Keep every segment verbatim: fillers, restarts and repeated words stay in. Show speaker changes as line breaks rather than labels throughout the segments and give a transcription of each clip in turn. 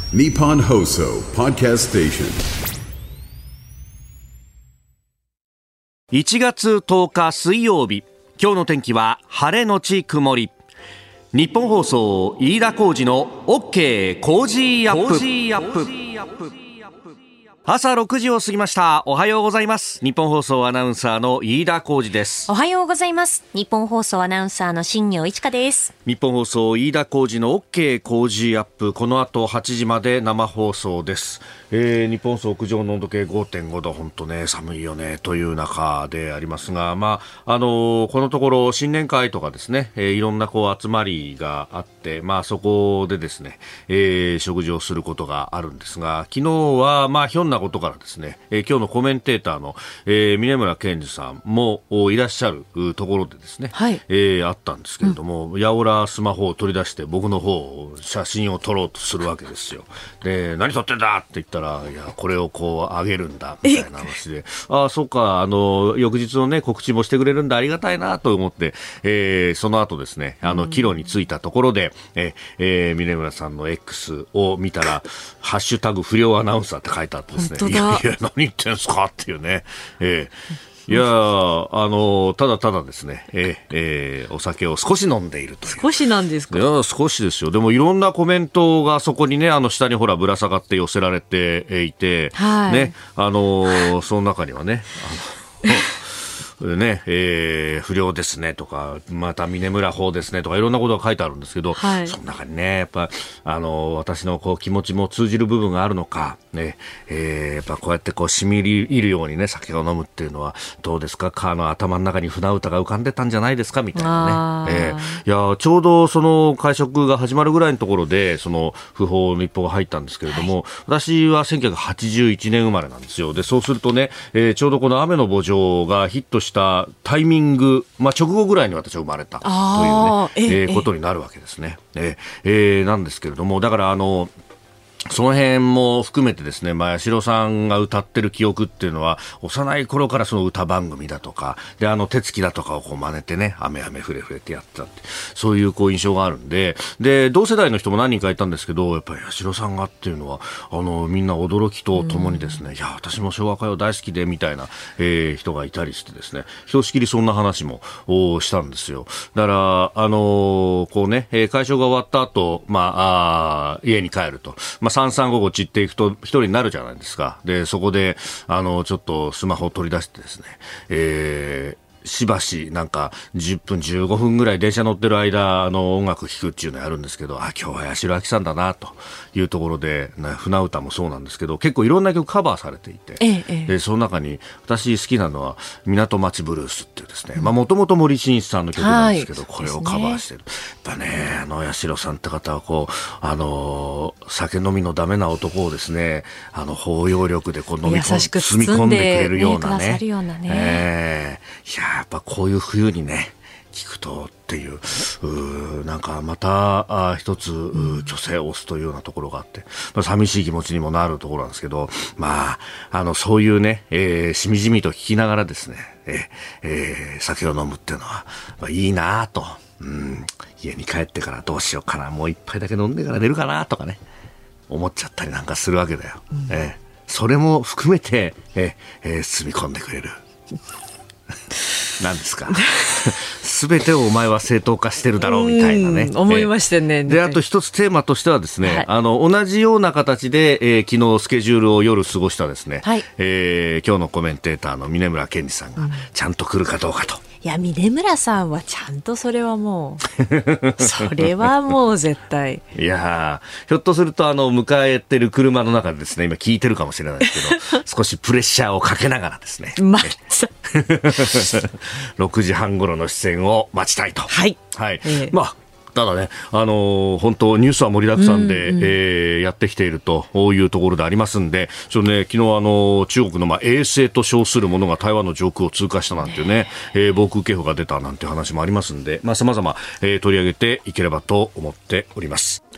Nippon Hoso Podcast Station。
いちがつとおか水曜日、今日の天気は晴れのち曇り。日本放送飯田浩司の OK 工事アップ。朝ろくじを過ぎました。おはようございます。日本放送アナウンサーの飯田浩司です。
おはようございます。日本放送アナウンサーの新業一華です。
日本放送飯田浩司の OK 工事アップ、この後はちじまで生放送です。えー、日本放送屋上の温度計 ごてんごど、本当ね寒いよねという中でありますが、まああのー、このところ新年会とかですね、えー、いろんなこう集まりがあって、まあそこでですね、えー、食事をすることがあるんですが、昨日はまあひょんなことからですね、えー、今日のコメンテーターの、えー、峯村健二さんもいらっしゃるところでですね、はい、えー、あったんですけれども、うん、やおらスマホを取り出して僕の方を写真を撮ろうとするわけですよ。で、何撮ってんだって言ったら、いやこれをこう上げるんだみたいな話で、ああそうか、あの翌日のね告知もしてくれるんだ、ありがたいなと思って、えー、その後ですね、あの帰路に着いたところで、えー、峯村さんの X を見たらハッシュタグ不良アナウンサーって書いてあってですね、いやいや何言ってんすかっていうね、えーいやー、あのー、ただただですね、えーえー、お酒を少し飲んでいるという。
少しなんですか？
いや少しですよ。でもいろんなコメントがそこにね、あの下にほらぶら下がって寄せられていて、はい、ね、あのー、その中にはね、あのねえー、不良ですねとか、また峯村法ですねとか、いろんなことが書いてあるんですけど、はい、その中にね、やっぱあの私のこう気持ちも通じる部分があるのか、ねえー、やっぱこうやってこう染み入るようにね酒を飲むっていうのはどうですか、あの頭の中に船歌が浮かんでたんじゃないですかみたいなね、えー、いやちょうどその会食が始まるぐらいのところでその訃報の一報が入ったんですけれども、はい、私はせんきゅうひゃくはちじゅういちねん生まれなんですよ。でそうするとね、えー、ちょうどこの雨の慕情がヒットしたタイミング、まあ、直後ぐらいに私は生まれたというね、えー、ことになるわけですね。えーえー、なんですけれども、だからあのその辺も含めてですね、まあ、八代さんが歌ってる記憶っていうのは幼い頃からその歌番組だとかで、あの手つきだとかをこう真似てね、雨雨ふれふれってやってたって、そういうこう印象があるんで、で同世代の人も何人かいたんですけど、やっぱり八代さんがっていうのはあのみんな驚きとともにですね、いや私も昭和歌謡大好きでみたいな、えー、人がいたりしてですね、ひとしきりそんな話もしたんですよ。だからあのー、こうね、会場が終わった後、まあ、あ家に帰ると、まあ三々五々散っていくと一人になるじゃないですか。でそこであのちょっとスマホを取り出してですね、えーしばしなんかじゅっぷんじゅうごふんぐらい電車乗ってる間、あの音楽聴くっていうのをやるんですけど、あ今日は八代亜紀さんだなというところで、ね、船歌もそうなんですけど、結構いろんな曲カバーされていて、ええ、でその中に私好きなのは港町ブルースっていうですね、もともと森進一さんの曲なんですけど、はい、これをカバーしてる、やっぱね、あの八代さんって方はこうあの酒飲みのダメな男をですね、あの包容力でこう飲み込ん包み込んでくれるようなね、えー、いややっぱこういう冬にね聞くとっていう、うなんかまたあ一つ虚勢を押すというようなところがあって、まあ、寂しい気持ちにもなるところなんですけど、まああのそういうね、えー、しみじみと聞きながらですね、えーえー、酒を飲むっていうのは、まあ、いいなと、うん、家に帰ってからどうしようかな、もう一杯だけ飲んでから寝るかなとかね思っちゃったりなんかするわけだよ、うん、えー、それも含めて、えーえー、包み込んでくれるなんですか全てをお前は正当化してるだろうみたいなね、
思いましたね。
であと一つテーマとしてはですね、はい、あの同じような形で、えー、昨日スケジュールを夜過ごしたですね、はい、えー、今日のコメンテーターの峯村健二さんがちゃんと来るかどうかと、
いや峯村さんはちゃんとそれはもうそれはもう絶対
いやひょっとするとあの迎えてる車の中でですね今聞いてるかもしれないですけど少しプレッシャーをかけながらですね、
ま、
ろくじはん頃の出演を待ちたいと、はい、はい、えー、まあただね、あのー、本当ニュースは盛りだくさんで、うんうん、えー、やってきているというところでありますんで、ちょっとね、昨日あのー、中国のまあ衛星と称するものが台湾の上空を通過したなんていうね、えー、防空警報が出たなんていう話もありますんで、まあ、様々、えー、取り上げていければと思っております。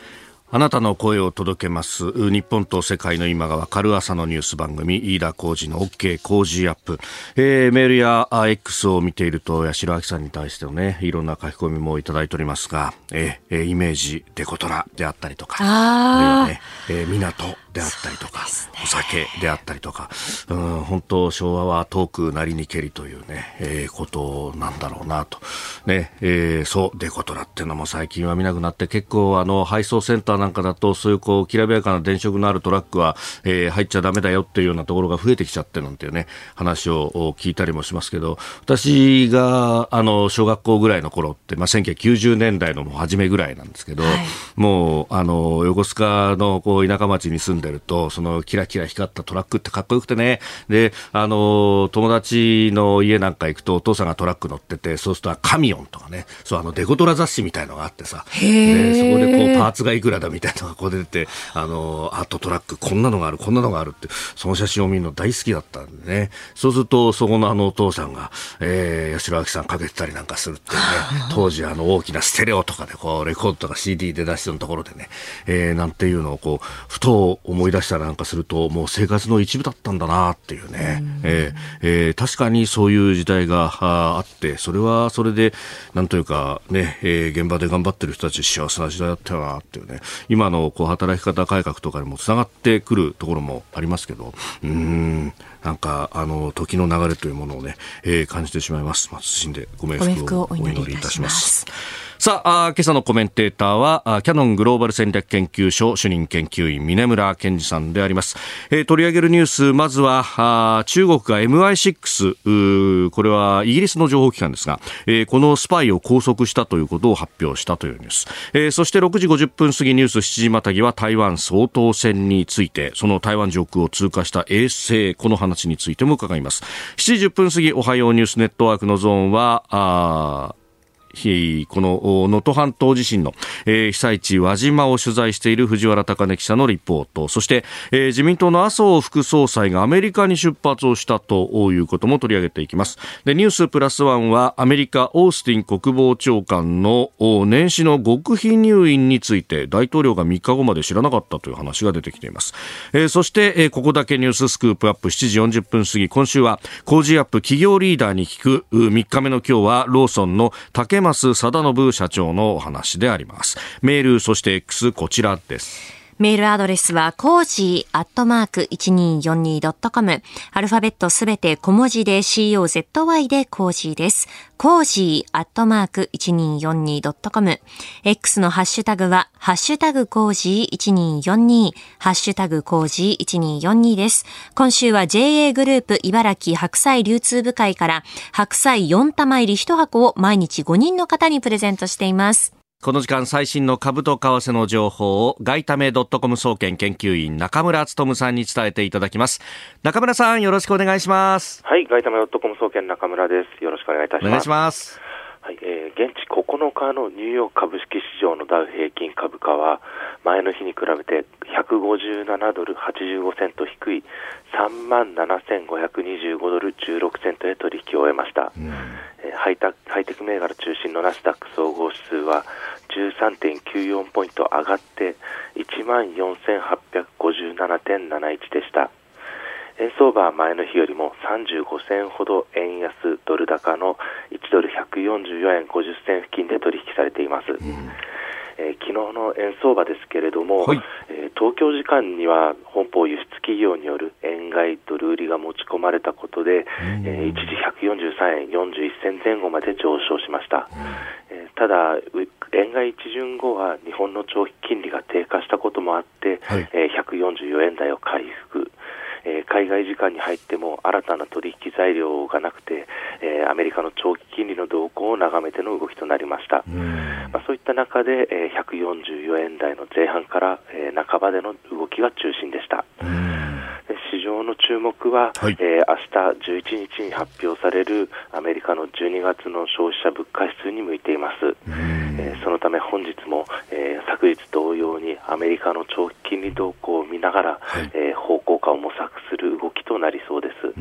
あなたの声を届けます日本と世界の今がわかる朝のニュース番組飯田浩司の OK 工事アップ、えー、メールや X を見ていると八代亜紀さんに対してのねいろんな書き込みもいただいておりますが、えー、イメージデコトラであったりとかあるいはね、えー、港であったりとか、ね、お酒であったりとか、うん、本当昭和は遠くなりにけりというね、えー、ことなんだろうなとね、えー、そうデコトラっていうのも最近は見なくなって結構あの配送センターなんかだとそういうこうきらびやかな電飾のあるトラックは、えー、入っちゃダメだよっていうようなところが増えてきちゃってなんていうね話を聞いたりもしますけど、私があの小学校ぐらいの頃って、まあ、せんきゅうひゃくきゅうじゅうねんだいの初めぐらいなんですけど、はい、もうあの横須賀のこう田舎町に住んでるとそのキラキラ光ったトラックってかっこよくてね、であの友達の家なんか行くとお父さんがトラック乗ってて、そうするとカミオンとかね、そうあのデコトラ雑誌みたいのがあってさ、でそこでこうパーツがいくらだみたいなのがこう出て、あのアートトラックこんなのがあるこんなのがあるってその写真を見るの大好きだったんでね、そうするとそこのあのお父さんが、えー、八代亜紀さんかけてたりなんかするっていうね当時あの大きなステレオとかでこうレコードとか シーディー で出してるところでね、えー、なんていうのをこうふと思い出したらなんかするともう生活の一部だったんだなっていうね、えーえー、確かにそういう時代が あ, あってそれはそれでなんというかね、えー、現場で頑張ってる人たち幸せな時代だったよなっていうね、今のこう働き方改革とかにもつながってくるところもありますけど、うーんなんかあの時の流れというものをね、えー、感じてしまいます。謹んでご冥福をお祈りいたします。さあ、あ今朝のコメンテーターはキヤノングローバル戦略研究所主任研究員峯村健二さんであります。えー、取り上げるニュース、まずはあ中国が エムアイシックス これはイギリスの情報機関ですが、えー、このスパイを拘束したということを発表したというニュース、えー、そしてろくじごじゅっぷん過ぎニュースしちじまたぎは台湾総統選について、その台湾上空を通過した衛星、この話についても伺います。しちじじゅっぷん過ぎおはようニュースネットワークのゾーンはあこの能登半島地震の、えー、被災地輪島を取材している藤原貴根記者のリポート、そして、えー、自民党の麻生副総裁がアメリカに出発をしたということも取り上げていきます。でニュースプラスワンはアメリカオースティン国防長官の年始の極秘入院について大統領がみっかごまで知らなかったという話が出てきています。えー、そして、えー、ここだけニューススクープアップしちじよんじゅっぷん過ぎ、今週は工事アップ企業リーダーに聞くみっかめの今日はローソンの竹増貞信社長のお話であります。メールそして X こちらです。
メールアドレスはコージーアットマーク いちにーよんにードットコム、 アルファベットすべて小文字で シーオーゼットワイ でコージーです。コージーアットマーク いちにーよんにードットコム、 X のハッシュタグはハッシュタグコージーいちにーよんにー、ハッシュタグコージーいちにーよんにーです。今週は ジェーエー グループ茨城白菜流通部会から白菜よんたま入りいちはこを毎日ごにんの方にプレゼントしています。
この時間最新の株と為替の情報を外為 .com 総研研究員中村努さんに伝えていただきます。中村さんよろしくお願いします。
はい、外為 .com 総研中村です。よろしくお願いいたします。
お願いします。
はい、えー、現地ここのかのニューヨーク株式市場のダウ平均株価は前の日に比べてひゃくごじゅうななドルはちじゅうごセント低い さんまんななせんごひゃくにじゅうごドルじゅうろくセントで取引を終えました。うん、えー、ハイタハイテク銘柄中心のナスダック総合指数は じゅうさんてんきゅうよん ポイント上がって いちまんよんせんはっぴゃくごじゅうななてんなないち でした。円相場は前の日よりもさんじゅうごセンほど円安ドル高のいちドルひゃくよんじゅうよえんごじゅっせん付近で取引されています。うん、えー、昨日の円相場ですけれども、はい、えー、東京時間には本邦輸出企業による円買いドル売りが持ち込まれたことで、うん、えー、一時ひゃくよんじゅうさんえんよんじゅういっせんぜん後まで上昇しました。うん、えー、ただ円買い一巡後は日本の長期金利が低下したこともあって、はい、えー、ひゃくよんじゅうよえん台を回復、えー、海外時間に入っても新たな取引材料がなくて、えー、アメリカの長期金利の動向を眺めての動きとなりました。まあ、そういった中で、えー、ひゃくよんじゅうよえん台の前半から、えー、半ばでの動きが中心でした。市場の注目は、はい、えー、明日じゅういちにちに発表されるアメリカのじゅうにがつの消費者物価指数に向いています。えー、そのため本日も、えー、昨日同様にアメリカの長期金利動向を見ながら、はい、えー、方向化を模索する動きとなりそうです。
うん、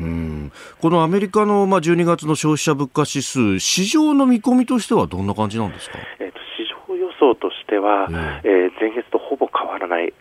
このアメリカの、まあ、じゅうにがつの消費者物価指数、市場の見込みとしてはどんな感じなんですか？
えーと、市場予想としては、えー、前月とほぼ変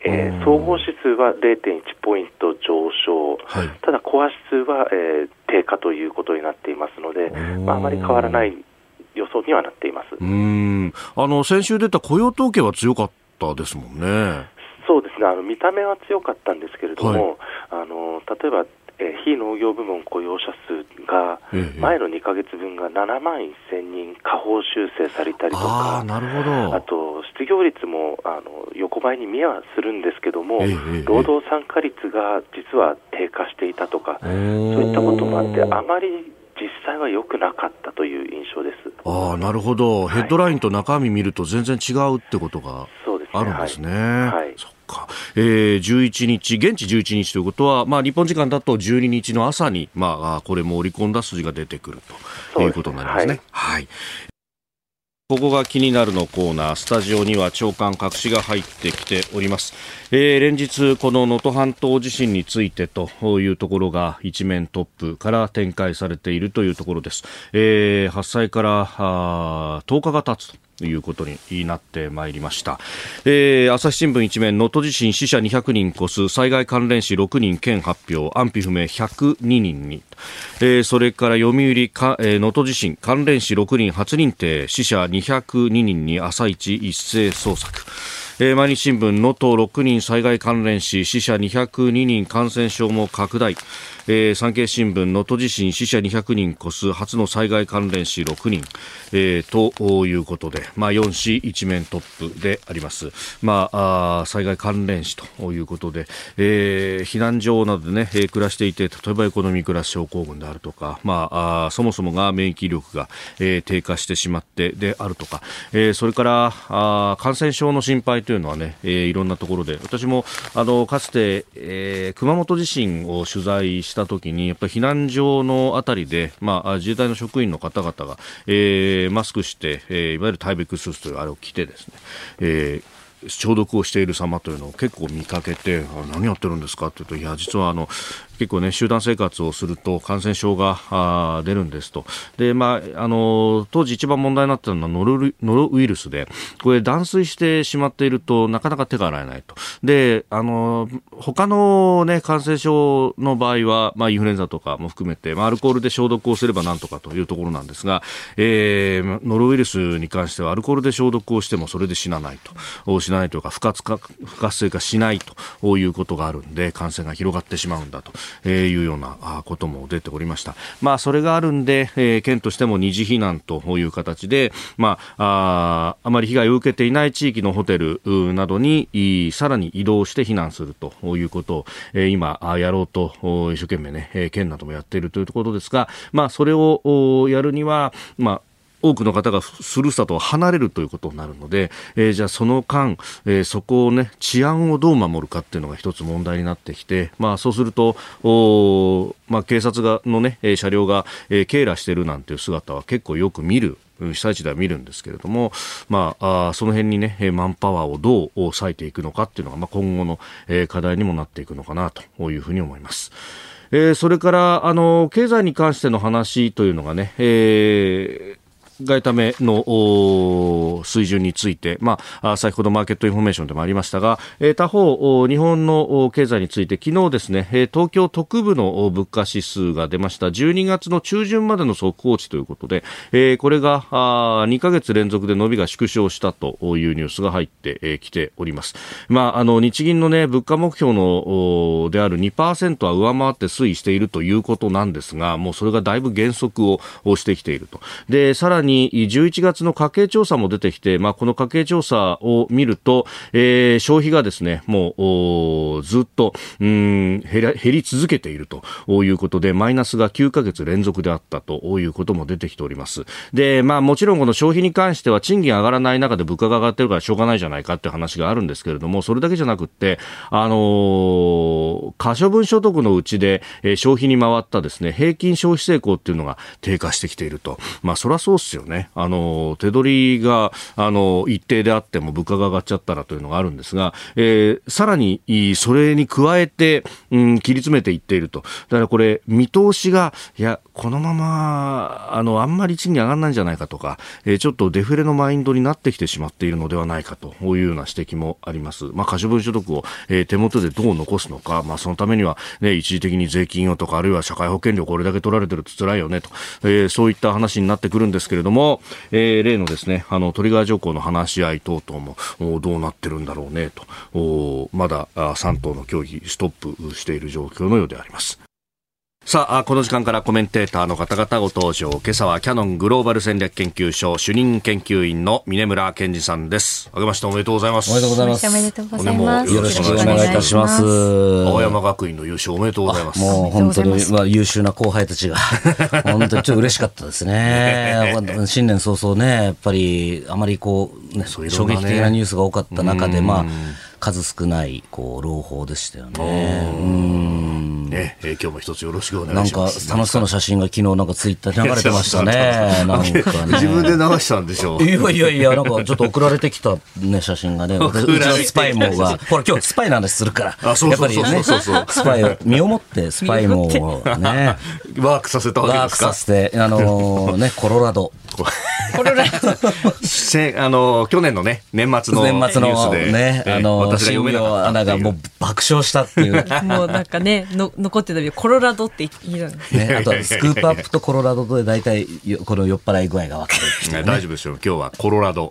えー、総合指数は ゼロてんいち ポイント上昇、はい、ただコア指数は、えー、低下ということになっていますので、まあ、あまり変わらない予想にはなっています。
うーん、あの先週出た雇用統計は強かったですもんね。
そうですね、あの見た目は強かったんですけれども、はい、あの例えば、えー、非農業部門雇用者数が前のにかげつぶんがななまんせんにん下方修正されたりとか、
あ、なるほど。
あと失業率もあの横ばいに見えはするんですけども、えー、労働参加率が実は低下していたとか、そういったこともあってあまり実際は良くなかったという印象です。
ああ、なるほど。ヘッドラインと中身見ると全然違うってことがあるんですね。はいはい、そっか。えー、じゅういちにち、現地じゅういちにちということは、まあ、日本時間だとじゅうににちの朝に、まあ、これも織り込んだ筋が出てくるということになりますね。はい。はい、ここが気になるのコーナー、スタジオには長官各紙が入ってきております。えー、連日この能登半島地震についてというところが一面トップから展開されているというところです。えー、発災からあとおかが経つとということになってまいりました。えー、朝日新聞一面、能登地震死者にひゃくにん超す、災害関連死ろくにん県発表、安否不明ひゃくににんに、えー、それから読売か、えー、能登地震関連死ろくにん初認定、死者にひゃくににんに朝一一斉捜索。えー、毎日新聞、能登ろくにん災害関連死、死者にひゃくににん感染症も拡大。えー、産経新聞、能登地震死者にひゃくにん超す初の災害関連死ろくにん、えー、ということで、まあ、よん紙一面トップであります。まあ、あ災害関連死ということで、えー、避難所などでね、えー、暮らしていて、例えばエコノミークラス症候群であるとか、まあ、あそもそもが免疫力が、えー、低下してしまってであるとか、えー、それからあ感染症の心配というのはね、えー、いろんなところで、私もあのかつて、えー、熊本地震を取材してした時にやっぱり避難所のあたりで、まあ、自衛隊の職員の方々が、えー、マスクして、えー、いわゆるタイベックスーツというあれを着てですね、えー消毒をしている様というのを結構見かけて、何やってるんですかというと、いや実はあの結構ね集団生活をすると感染症があ出るんですと。で、まあ、あの当時一番問題になったのはノロ、ノロウイルスで、これ断水してしまっているとなかなか手が洗えないと。で、あの他の、ね、感染症の場合は、まあ、インフルエンザとかも含めて、まあ、アルコールで消毒をすればなんとかというところなんですが、えー、ノロウイルスに関してはアルコールで消毒をしてもそれで死なないと。死なないというか不活化、不活性化しないということがあるんで、感染が広がってしまうんだというようなことも出ておりました。まあ、それがあるんで、えー、県としても二次避難という形で、まあ、あ、あまり被害を受けていない地域のホテルなどにさらに移動して避難するということを、えー、今やろうと一生懸命ね、県などもやっているということですが、まあ、それをやるには、まあ多くの方がふるさとを離れるということになるので、えー、じゃあその間、えー、そこをね治安をどう守るかっていうのが一つ問題になってきて、まあそうするとお、まあ、警察がのね車両が、えー、警らしてるなんていう姿は結構よく見る。被災地では見るんですけれども、まあ、あその辺にねマンパワーをどう割いていくのかっていうのが、まあ、今後の、えー、課題にもなっていくのかなというふうに思います。えー、それからあの経済に関しての話というのがね、えー外為の水準について、まあ、先ほどマーケットインフォメーションでもありましたが、えー、他方日本の経済について昨日ですね、東京都区部の物価指数が出ました。じゅうにがつの中旬までの速報値ということで、えー、これがにかげつ連続で伸びが縮小したというニュースが入ってきております。まあ、あの日銀のね物価目標のである にパーセント は上回って推移しているということなんですが、もうそれがだいぶ減速をしてきていると。で、さらににじゅういちがつの家計調査も出てきて、まあ、この家計調査を見ると、えー、消費がですねもうずっとうん減り、減り続けているということで、マイナスがきゅうかげつ連続であったということも出てきております。で、まあ、もちろんこの消費に関しては賃金上がらない中で物価が上がってるからしょうがないじゃないかっていう話があるんですけれども、それだけじゃなくって、あのー、可処分所得のうちで、えー、消費に回ったですね平均消費成功っていうのが低下してきていると。まあ、そりゃそうっすよよね。あの手取りがあの一定であっても物価が上がっちゃったらというのがあるんですが、えー、さらにそれに加えて、うん、切り詰めていっていると。だからこれ見通しがいやこのままあのあんまり賃金上がらないんじゃないかとか、えー、ちょっとデフレのマインドになってきてしまっているのではないかというような指摘もあります。まあ、可処分所得を、えー、手元でどう残すのか、まあ、そのためには、ね、一時的に税金をとかあるいは社会保険料これだけ取られてると辛いよねと、えー、そういった話になってくるんですけれども、えー、例のですねあのトリガー条項の話し合い等々もどうなってるんだろうねと、まださん党の協議ストップしている状況のようであります。さあこの時間からコメンテーターの方々ご登場。今朝はキヤノングローバル戦略研究所主任研究員の峯村健二さんです。あけましておめでとうございます。
おめでとうございます。
おめでとうございます。
よろしくお願いいたします。
青山学院の優勝おめでとうございます。
もう本当に、まあ、優秀な後輩たちが本当にちょっと嬉しかったですね。新年早々ねやっぱりあまりこう、ね、衝撃的なニュースが多かった中で、まあ数少ないこう朗報でしたよね。うん
ね、えー、今日も一つよろしくお願いします。
なんか楽しそうな写真が昨日なんかツイッターに流れてましたね。なんかね
自分で流したんでしょう。
いやいやいやなんかちょっと送られてきたね写真がね。うちのスパイモがほら今日スパイの話するから。
あそうそうそうそうそうそう。
やっぱりねスパイを身をもってスパイモをね
ワークさせたわけですか。
ワークさせてあのー、ねコロラド。
コロラド
あの去年のね年末のニュースで
年末のねあの
私が読めなかった
アナがもう爆笑したっていう
もうなんかねの残ってたけどコロラドって言うの
ね、あとはスクープアップとコロラドで大体この酔っ払い具合が分かるっていう、ね、
大丈夫ですよ今日はコロラド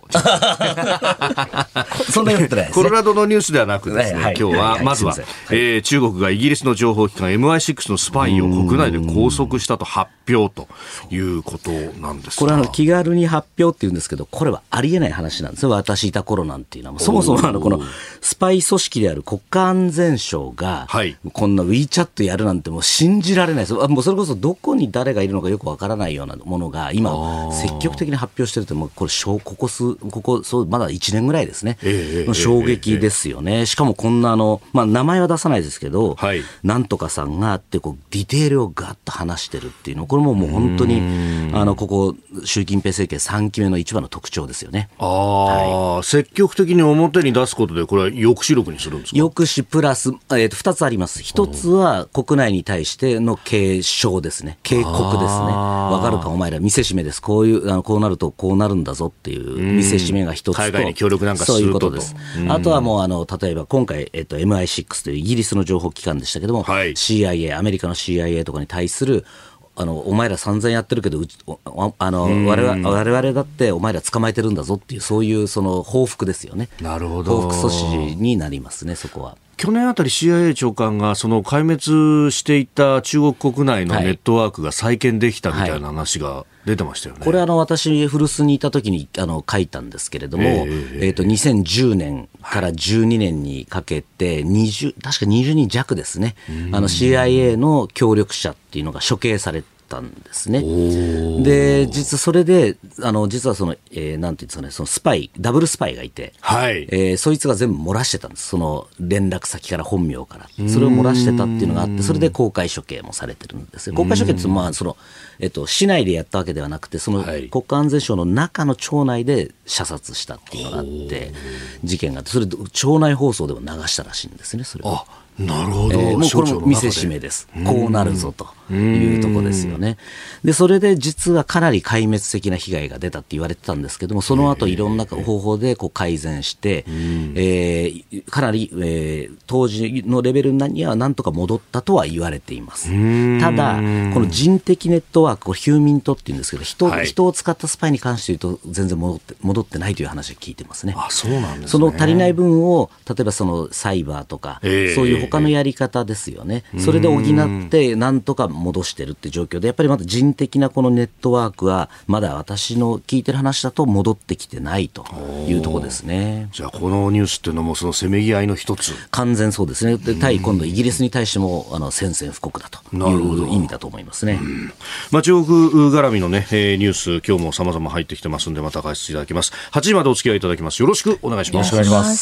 そんな酔ってないですね。
コロラドのニュースではなくですね、はい、今日はまずは、はいえー、中国がイギリスの情報機関 エムアイシックス のスパイを国内で拘束したと発表ということなんですが、
これはあの気軽に発表っていうんですけどこれはありえない話なんですよ。私いた頃なんていうのはそもそもあのこのスパイ組織である国家安全省がこんな WeChat やるなんてもう信じられないです。もうそれこそどこに誰がいるのかよくわからないようなものが今積極的に発表してるってもうこれここ数ここそうまだいちねんぐらいですね、えー、の衝撃ですよね、えーえー、しかもこんなあの、まあ、名前は出さないですけど、はい、なんとかさんがあってこうディテールをガッと話してるっていうのこれももう本当にあのここ習近平政権さんきめの一番の特徴ですよね。
あ、はい、積極的に表に出すことでこれは抑止力にするんですか。
抑止プラス、えー、とふたつあります。ひとつは国内に対しての警鐘ですね。警告ですね。わかるかお前ら見せしめです。こういうあのこうなるとこうなるんだぞっていう見せしめが一つと、
海外に協力なんかすると
そういうことです。あとはもうあの例えば今回、えー、と エムアイシックス というイギリスの情報機関でしたけども、はい、シーアイエー アメリカの シーアイエー とかに対するあのお前ら散々やってるけどうちあの我々、我々だってお前ら捕まえてるんだぞっていうそういうその報復ですよね。
なるほど。
報復阻止になりますね。そこは
去年あたり シーアイエー 長官がその壊滅していた中国国内のネットワークが再建できたみたいな話が出てましたよね。
これあの私古巣にいた時にあの書いたんですけれども、えーえー、とにせんじゅうねんからじゅうにねんにかけてにじゅう確かにじゅうにん弱ですね。あの シーアイエー の協力者っていうのが処刑されてたんですね。で実はそれであの実はその、えー、なんていうんですかねそのスパイダブルスパイがいて、はいえー、そいつが全部漏らしてたんです。その連絡先から本名からそれを漏らしてたっていうのがあってそれで公開処刑もされてるんですよ。公開処刑ってまあその、えっと、市内でやったわけではなくてその国家安全省の中の町内で射殺したっていうのがあって事件があってそれ町内放送でも流したらしいんですね。それ
あなるほど、
えー、もうこれも見せしめです。こうなるぞというところですよね。でそれで実はかなり壊滅的な被害が出たって言われてたんですけどもその後いろんな方法でこう改善して、えー、かなり、えー、当時のレベルにはなんとか戻ったとは言われています。ただこの人的ネットワークヒューミントっていうんですけど 人,、はい、人を使ったスパイに関して言うと全然戻って、戻ってないという話を聞いてますね。
あそうなんですね。
その足りない分を例えばそのサイバーとか、えー、そういう他のやり方ですよね。それで補ってなんとか戻してるって状況でやっぱりまだ人的なこのネットワークはまだ私の聞いてる話だと戻ってきてないというところですね。
じゃあこのニュースっていうのもそのせめぎ合いの一つ。
完全そうですね。で対今度イギリスに対してもあの宣戦布告だという意味だと思いますね。
まあ、中国絡みの、ね、ニュース今日も様々入ってきてますんでまた解説いただきます。はちじまでお付き合いいただきます。よろしくお願いします。
よろしくお願いします。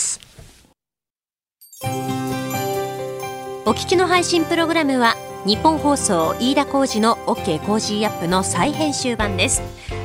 お聞きの配信プログラムは日本放送飯田浩司の OK コージーアップの再編集版です。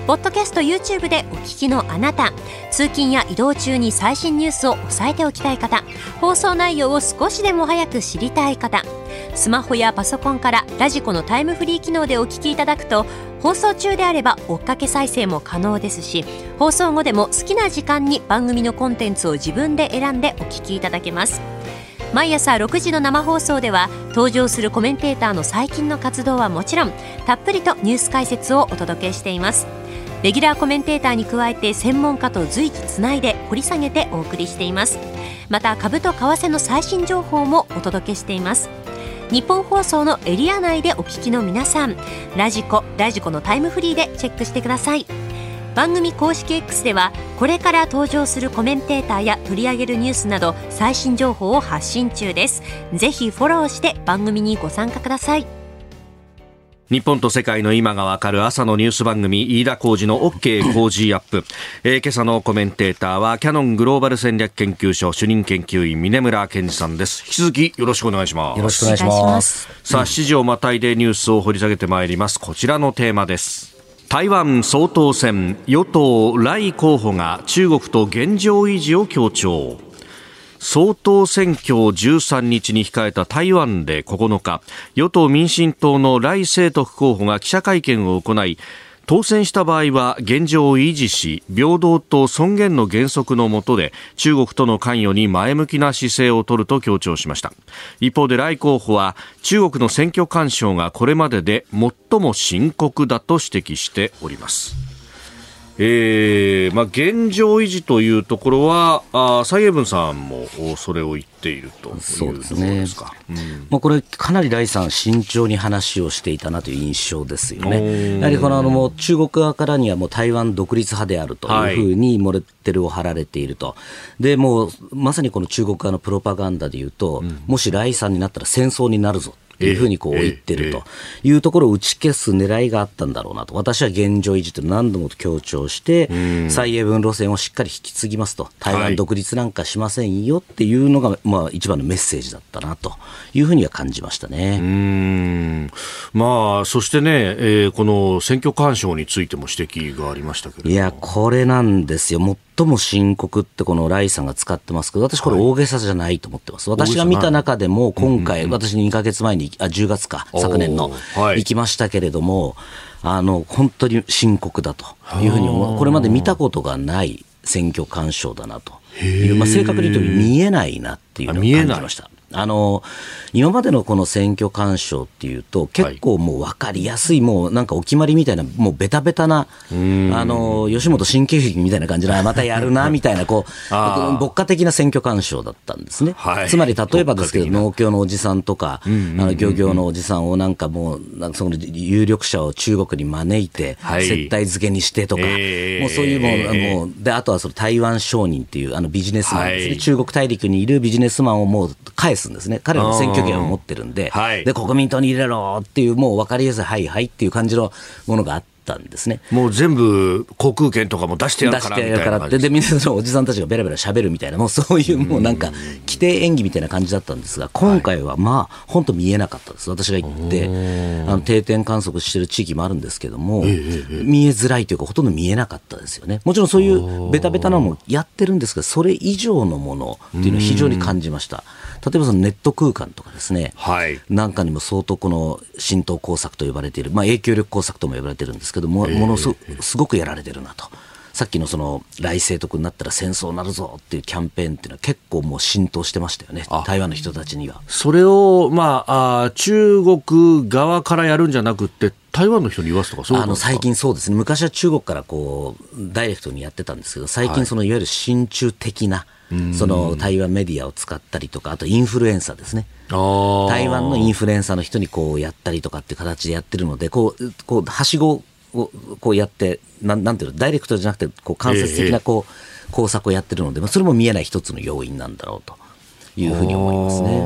ポッドキャスト YouTube でお聞きのあなた、通勤や移動中に最新ニュースを押さえておきたい方、放送内容を少しでも早く知りたい方、スマホやパソコンからラジコのタイムフリー機能でお聞きいただくと、放送中であれば追っかけ再生も可能ですし、放送後でも好きな時間に番組のコンテンツを自分で選んでお聞きいただけます。毎朝ろくじの生放送では登場するコメンテーターの最近の活動はもちろん、たっぷりとニュース解説をお届けしています。レギュラーコメンテーターに加えて専門家と随時つないで掘り下げてお送りしています。また株と為替の最新情報もお届けしています。日本放送のエリア内でお聞きの皆さん、ラジコ、ラジコのタイムフリーでチェックしてください。番組公式 X ではこれから登場するコメンテーターや取り上げるニュースなど最新情報を発信中です。ぜひフォローして番組にご参加ください。
日本と世界の今がわかる朝のニュース番組、飯田浩司の OK 工事アップ、えー、今朝のコメンテーターはキヤノングローバル戦略研究所主任研究員峯村健二さんです。引き続きよろしくお願いします。
よろしくお願いします。
さあ、しちじをまたいでニュースを掘り下げてまいります。こちらのテーマです。台湾総統選、与党頼候補が中国と現状維持を強調。総統選挙をじゅうさんにちに控えた台湾でここのか、与党民進党の頼清徳候補が記者会見を行い、当選した場合は現状を維持し、平等と尊厳の原則の下で中国との関与に前向きな姿勢を取ると強調しました。一方で頼候補は、中国の選挙干渉がこれまでで最も深刻だと指摘しております。えーまあ、現状維持というところは、あ蔡英文さんもそれを言っているというところですか。そうですね、
うん、まあ、これかなり頼さん慎重に話をしていたなという印象ですよね。やはりこのあのもう中国側からにはもう台湾独立派であるというふうにモレッテルを貼られていると。でもうまさにこの中国側のプロパガンダでいうと、うん、もし頼さんになったら戦争になるぞというふうにこう言ってるというところを打ち消す狙いがあったんだろうなと。私は現状維持と何度も強調して蔡英文路線をしっかり引き継ぎますと、台湾独立なんかしませんよっていうのがまあ一番のメッセージだったなというふうには感じましたね。
うーん、まあ、そしてね、えー、この選挙干渉についても指摘がありましたけれども、
いやこれなんですよ。最も深刻ってこの頼さんが使ってますけど、私これ大げさじゃないと思ってます。はい、私が見た中でも今回、うんうんうん、私にかげつまえにあじゅうがつか昨年の、はい、行きましたけれども、あの本当に深刻だというふうに思う。これまで見たことがない選挙干渉だなという、まあ、正確に言うと見えないなっていうのを感じました。あの今までのこの選挙干渉っていうと結構もう分かりやすい、もうなんかお決まりみたいな、もうベタベタな、あの吉本新喜劇みたいな感じのまたやるなみたいなこう牧歌的な選挙干渉だったんですね。はい、つまり例えばですけど農協のおじさんとか、あの漁業のおじさんをなんかもうなんかその有力者を中国に招いて、はい、接待付けにしてとか、えー、もうそういうもう、もうであとはその台湾商人っていうあのビジネスマンですね、はい、中国大陸にいるビジネスマンをもう返すんですね。彼らの選挙権を持ってるんで、はい、で国民党に入れろっていうもう分かりやすいはいはいっていう感じのものがあったんですね。
もう全部航空券とかも出してやるからみたいな感じ、出してやるからってでみんなのおじさんたちがベラベラ喋るみたいな、もうそういうもうなんか規定演技みたいな感じだったんですが、今回はまあ本当見えなかったです。私が行ってあの定点観測してる地域もあるんですけども、えー、見えづらいというかほとんど見えなかったですよね。もちろんそういうベタベタなのもやってるんですが、それ以上のものっていうのを非常に感じました。例えばそのネット空間とかですね、はい、なんかにも相当この浸透工作と呼ばれている、まあ、影響力工作とも呼ばれているんですけども、えー、もの す, すごくやられてるなと。さっきのその頼清徳になったら戦争になるぞっていうキャンペーンっていうのは結構もう浸透してましたよね、台湾の人たちには。 それを、まあ、あ中国側からやるんじゃなくって台湾の人に言わすとか、そういうのですか？
あの最近そうですね、昔は中国からこうダイレクトにやってたんですけど、最近そのいわゆる親中的な、はい、その台湾メディアを使ったりとか、あとインフルエンサーですね、台湾のインフルエンサーの人にこうやったりとかっていう形でやってるので、こうこうはしごをこうやってな ん, なんていうのダイレクトじゃなくてこう間接的なこう、えー、工作をやってるので、まあ、それも見えない一つの要因なんだろうというふうに思いますね。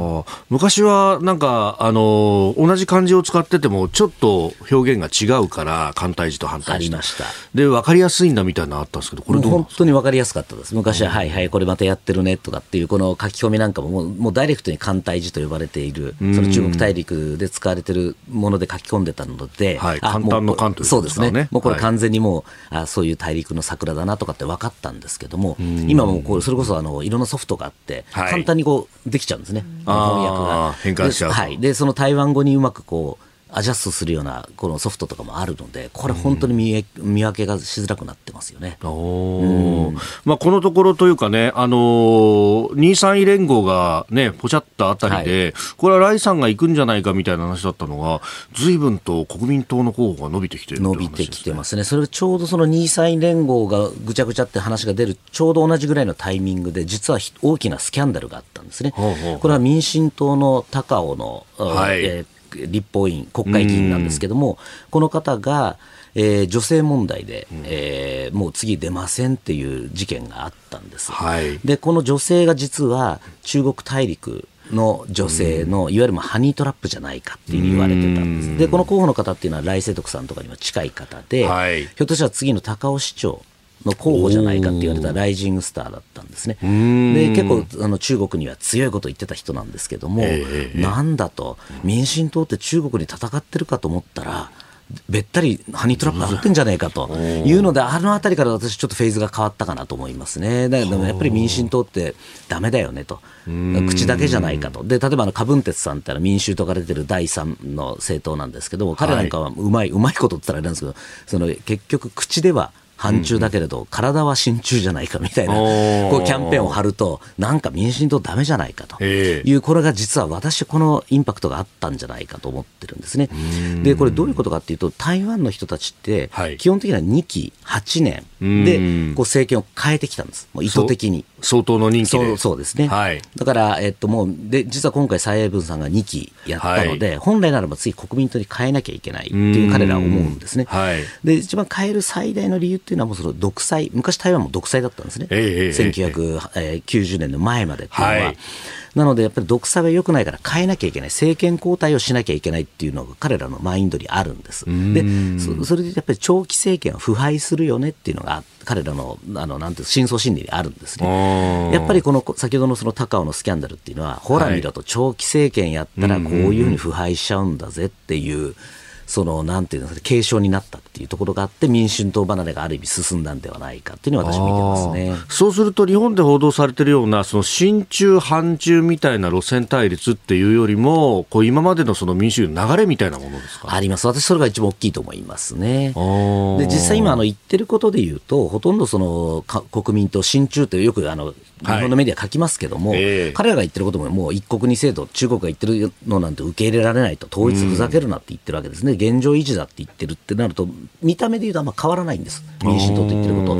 昔はなんか、あの同じ漢字を使っててもちょっと表現が違うから簡体字と反対字と
ありました
で分かりやすいんだみたいなのあったんですけど、これどうなんですか？
もう本当に分かりやすかったです。昔ははいはいこれまたやってるねとかっていうこの書き込みなんかももう、もうダイレクトに簡体字と呼ばれているその中国大陸で使われているもので書き込んでたので、
はい、
あ
簡単の簡ということですからね。
そうですね。もうこれ完全にもう、はい、あそういう大陸の桜だなとかって分かったんですけども、今もうこうそれこそあのいろんなソフトがあって、はい、簡単にこうできちゃうんですね。翻訳が
変換しちゃうと。
はい、でその台湾語にうまくこうアジャストするようなこのソフトとかもあるので、これ本当に 見,、え見分けがしづらくなってますよね。
おまあ、このところというかね、あのー、にさんい連合がねポチャったあたりで、はい、これはライさんが行くんじゃないかみたいな話だったのが随分と国民党の候補が伸びてきてる、ね、
伸びてきてますね。それちょうどそのにさんい連合がぐちゃぐちゃって話が出るちょうど同じぐらいのタイミングで実は大きなスキャンダルがあったんですね。ほうほうほう。これは民進党の高尾の、はい、えー立法委員国会議員なんですけども、この方が、えー、女性問題で、えー、もう次出ませんっていう事件があったんです、はい、でこの女性が実は中国大陸の女性のいわゆるハニートラップじゃないかっていうふうに言われてたんです。でこの候補の方っていうのは頼清徳さんとかには近い方で、はい、ひょっとしたら次の高尾市長の候補じゃないかって言われたライジングスターだったんですね。で結構あの中国には強いことを言ってた人なんですけども、えー、なんだと民進党って中国に戦ってるかと思ったらべったりハニートラップやってんじゃねえかというので、あのあたりから私ちょっとフェーズが変わったかなと思いますね。だけどやっぱり民進党ってダメだよねと、口だけじゃないかと。で例えばあの柯文哲さんって民衆党から出てるだいさんの政党なんですけども、彼なんかはうまい、うまいことって言ったらあれなんですけど、その結局口では反中だけれど、うん、体は親中じゃないかみたいなこうキャンペーンを張るとなんか民進党ダメじゃないかという、これが実は私このインパクトがあったんじゃないかと思ってるんですね。でこれどういうことかっていうと、台湾の人たちって基本的にはにきはちねんでこう政権を変えてきたんです。もう意図的に
相当の任期で。
そう、そうですね、はい、だから、えっと、もうで実は今回蔡英文さんがにきやったので、はい、本来ならば次国民党に変えなきゃいけないっていう彼らは思うんですね。はい、で一番変える最大の理由っていうのはもうその独裁、昔台湾も独裁だったんですね、えー、せんきゅうひゃくきゅうじゅうねんの前までっていうのは、はい、なのでやっぱり独裁は良くないから変えなきゃいけない、政権交代をしなきゃいけないっていうのが彼らのマインドにあるんです。で そ, それでやっぱり長期政権は腐敗するよねっていうのが彼らのあのなんていう深層心理にあるんですね。やっぱりこの先ほどのその高尾のスキャンダルっていうのは、ほら見ろと、長期政権やったらこういうふうに腐敗しちゃうんだぜっていう、そのなんていうの警鐘になったっていうところがあって、民進党離れがある意味進んだんではないかっていうのは私は見てますね。
そうすると日本で報道されているようなその親中反中みたいな路線対立っていうよりも、こう今までのその民主主義の流れみたいなものですか？
あります。私それが一番大きいと思いますね。で実際今あの言ってることで言うと、ほとんどその国民党親中ってよくあの日本のメディア書きますけども、はい、えー、彼らが言ってることももう一国二制度、中国が言ってるのなんて受け入れられないと、統一ふざけるなって言ってるわけですね。現状維持だって言ってるってなると、見た目で言うとあんま変わらないんです、民進党と言ってること。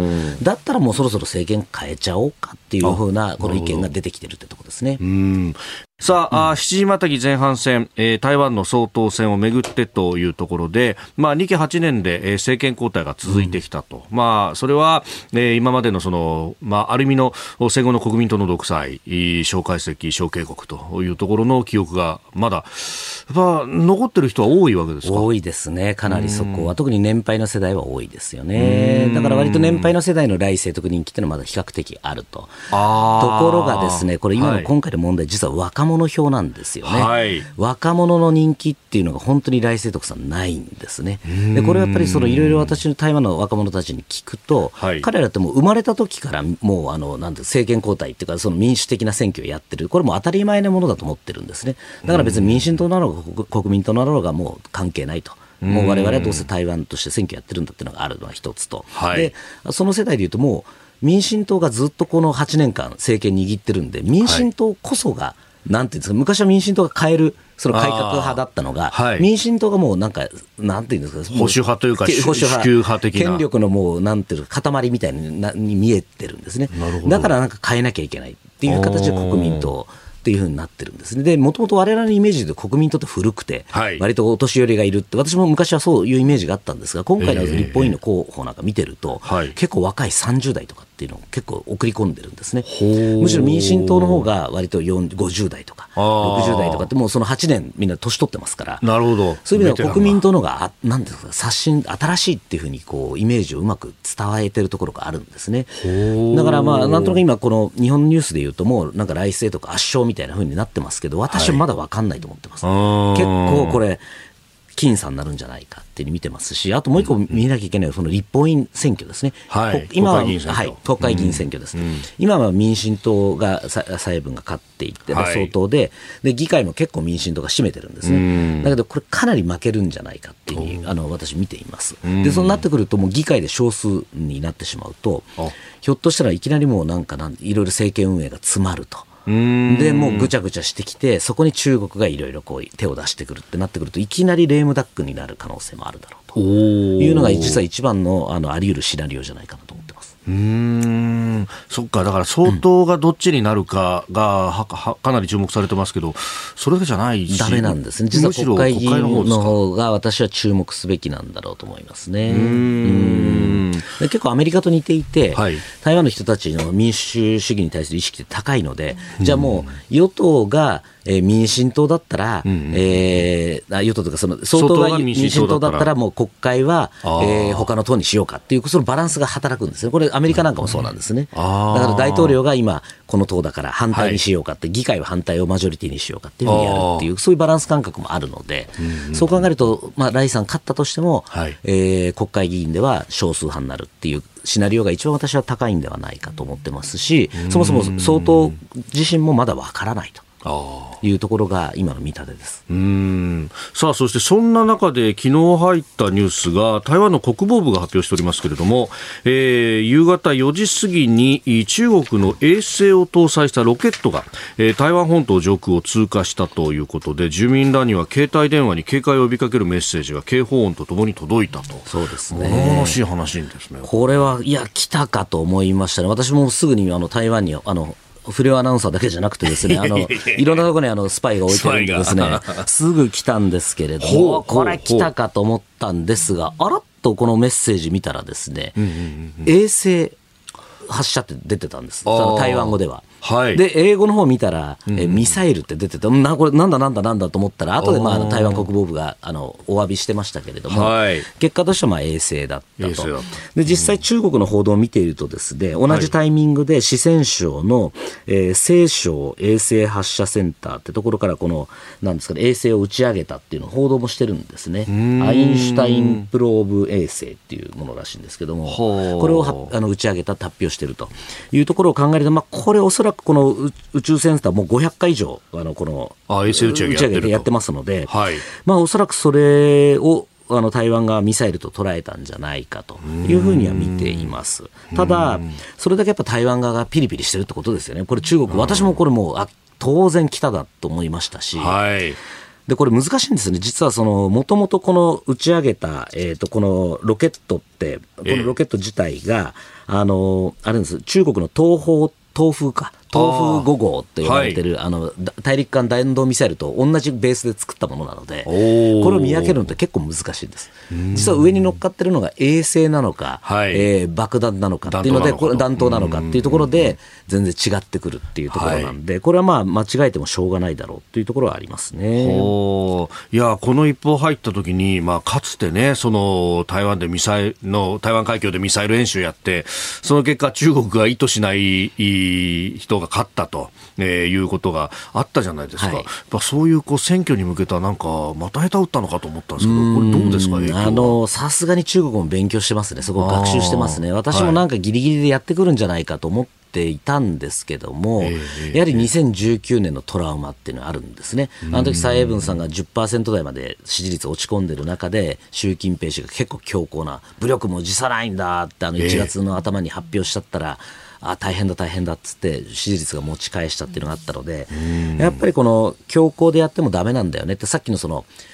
だったらもうそろそろ政権変えちゃおうかっていうふうなこの意見が出てきてるってところですね。
うん、さあ、うん、しちじまたぎ前半戦、えー、台湾の総統選をめぐってというところで、まあ、にきはちねんで、えー、政権交代が続いてきたと、うん、まあ、それは、えー、今までのその、まあ、ある意味の戦後の国民党の独裁、蒋介石、蒋経国というところの記憶がまだやっぱ残ってる人は多いわけですか？
多いですね、かなりそこは。特に年配の世代は多いですよね。だから割と年配の世代の来清徳人気っていうのはまだ比較的あると。あところがですね、これ今の今回の問題、はい、実は若者票なんですよね。はい、若者の人気っていうのが本当に来清徳さんないんですね。でこれはやっぱりそのいろいろ私の台湾の若者たちに聞くと、はい、彼らってもう生まれた時からもうあのなんて政権交代っていうか、その民主的な選挙をやってる、これも当たり前のものだと思ってるんですね。だから別に民進党なのか国民党なのかもう関係ないと。もう我々はどうせ台湾として選挙やってるんだっていうのがあるのは一つと、はい、でその世代でいうともう民進党がずっとこのはちねんかん政権握ってるんで、民進党こそが、はい、なんていうんですか、昔は民進党が変えるその改革派だったのが、はい、民進党がもうなんかなんていうんですか、
保守派というか保守派、派的な
権力のもうなんていうか塊みたい に, に見えてるんですね。だからなんか変えなきゃいけないっていう形で国民党っていう風になってるんですね。でもともと我々のイメージで国民党って古くて、はい、割とお年寄りがいるって、私も昔はそういうイメージがあったんですが、今回の立法院の候補なんか見てると、えーはい、結構若いさんじゅうだいとかっていうのを結構送り込んでるんですね。むしろ民進党の方が割とごじゅう代とかろくじゅう代とかってもうそのはちねんみんな年取ってますから、
なるほど、
そういう意味では国民党の方がなんですか刷新新しいっていうふうにこうイメージをうまく伝えてるところがあるんですね。だからまあなんとなく今この日本のニュースでいうともうなんか来世とか圧勝みたいなふうになってますけど、私はまだ分かんないと思ってます、はい、結構これ僅差になるんじゃないかっていうふうに見てますし、あともう一個見なきゃいけないのはその立法院選挙ですね、
はい、
今は
国会議員選挙、
はい、国会議員選挙です、
うんうん、
今は民進党が蔡英文が勝っていって、はい、相当で、で議会も結構民進党が占めてるんですね、うん、だけどこれかなり負けるんじゃないかっていうふうにあの私見ています、うん、でそうなってくるともう議会で少数になってしまうと、ひょっとしたらいきなりもうなんかなんいろいろ政権運営が詰まると、でもうぐちゃぐちゃしてきて、そこに中国がいろいろ手を出してくるってなってくると、いきなりレームダックになる可能性もあるだろうというのが実は一番の、あのあり得るシナリオじゃないかなと思ってます。
うーん、そっか、だから総統がどっちになるかが、うん、ははかなり注目されてますけど、それだけじゃないし、
ダメなんですね。実は国会議員の方が私は注目すべきなんだろうと思いますね。うーん、で結構アメリカと似ていて、はい、台湾の人たちの民主主義に対する意識って高いので、じゃあもう与党がえー、民進党だったら、うんうん、えー、与党とかその総統が民進党だったらもう国会は、えー、他の党にしようかっていうそのバランスが働くんですね。これアメリカなんかもそうなんですね。だから大統領が今この党だから反対にしようかって、はい、議会は反対をマジョリティにしようかっていうふうにやるっていうそういうバランス感覚もあるので、うんうん、そう考えると、まあ、ライさん勝ったとしても、はい、えー、国会議員では少数派になるっていうシナリオが一番私は高いんではないかと思ってますし、そもそも総統自身もまだわからないというところが今の見立てです。
うーん、さあそしてそんな中で昨日入ったニュースが台湾の国防部が発表しておりますけれども、えー、夕方よじ過ぎに中国の衛星を搭載したロケットが、えー、台湾本島上空を通過したということで、住民らには携帯電話に警戒を呼びかけるメッセージが警報音とともに届いたと。
そうですね、
物々しい話ですね。
これはいや来たかと思いましたね。私もすぐにあの台湾にあの不良アナウンサーだけじゃなくてですね、あのいろんなところにあのスパイが置いてるんでですねすぐ来たんですけれども、これ来たかと思ったんですが、あらっとこのメッセージ見たらですね、うんうんうん、衛星発射って出てたんです、その台湾語では。はい、で英語の方見たら、うん、えミサイルって出てて、なこれなんだなんだなんだと思ったら後でまああの台湾国防部があのお詫びしてましたけれども、はい、結果としてはまあ衛星だったと。で実際中国の報道を見ているとですね、同じタイミングで四川省の、えー、西省衛星発射センターってところからこのなんですかね、衛星を打ち上げたっていうのを報道もしてるんですね。アインシュタインプローブ衛星っていうものらしいんですけども、これをはあの打ち上げたと発表しているというところを考えると、まあ、これおそらくこの宇宙センターもごひゃっかい以上あのこの
あ衛星打ち上げやってると
やってますので、はい、まあ、おそらくそれをあの台湾がミサイルと捉えたんじゃないかというふうには見ています。ただそれだけやっぱ台湾側がピリピリしてるってことですよね。これ中国、私もこれもうあ当然来ただと思いましたし、はい、でこれ難しいんですね。実はそのもともとこの打ち上げた、えーとこのロケットってこのロケット自体が、えー、あのあれです、中国の東方東風か東風ご号と呼ばれている あ,、はい、あの大陸間弾道ミサイルと同じベースで作ったものなので、これを見分けるのって結構難しいんです。実は上に乗っかってるのが衛星なのか、はい、えー、爆弾なのかっていうので、これ弾頭なのかっていうところで全然違ってくるっていうところなんで、はい、これはまあ間違えてもしょうがないだろうっていうところはありますね。
おいやこの一報入った時に、まあ、かつてねその台湾でミサイルの台湾海峡でミサイル演習やって、その結果中国が意図しない人が勝ったと、えー、いうことがあったじゃないですか、はい、やっぱそういうこう選挙に向けたなんかまた下手打ったのかと思ったんですけど、これどうですか影響は。あの
さすがに中国も勉強してますね。そこを学習してますね。私もなんかギリギリでやってくるんじゃないかと思っていたんですけども、はい、やはりにせんじゅうきゅうねんのトラウマっていうのがあるんですね。あの時蔡英文さんが じゅっパーセント 台まで支持率落ち込んでる中で、習近平氏が結構強硬な武力も辞さないんだってあのいちがつの頭に発表しちゃったら、あ大変だ大変だっつって支持率が持ち返したっていうのがあったので、やっぱりこの強硬でやってもダメなんだよねって、さっきのその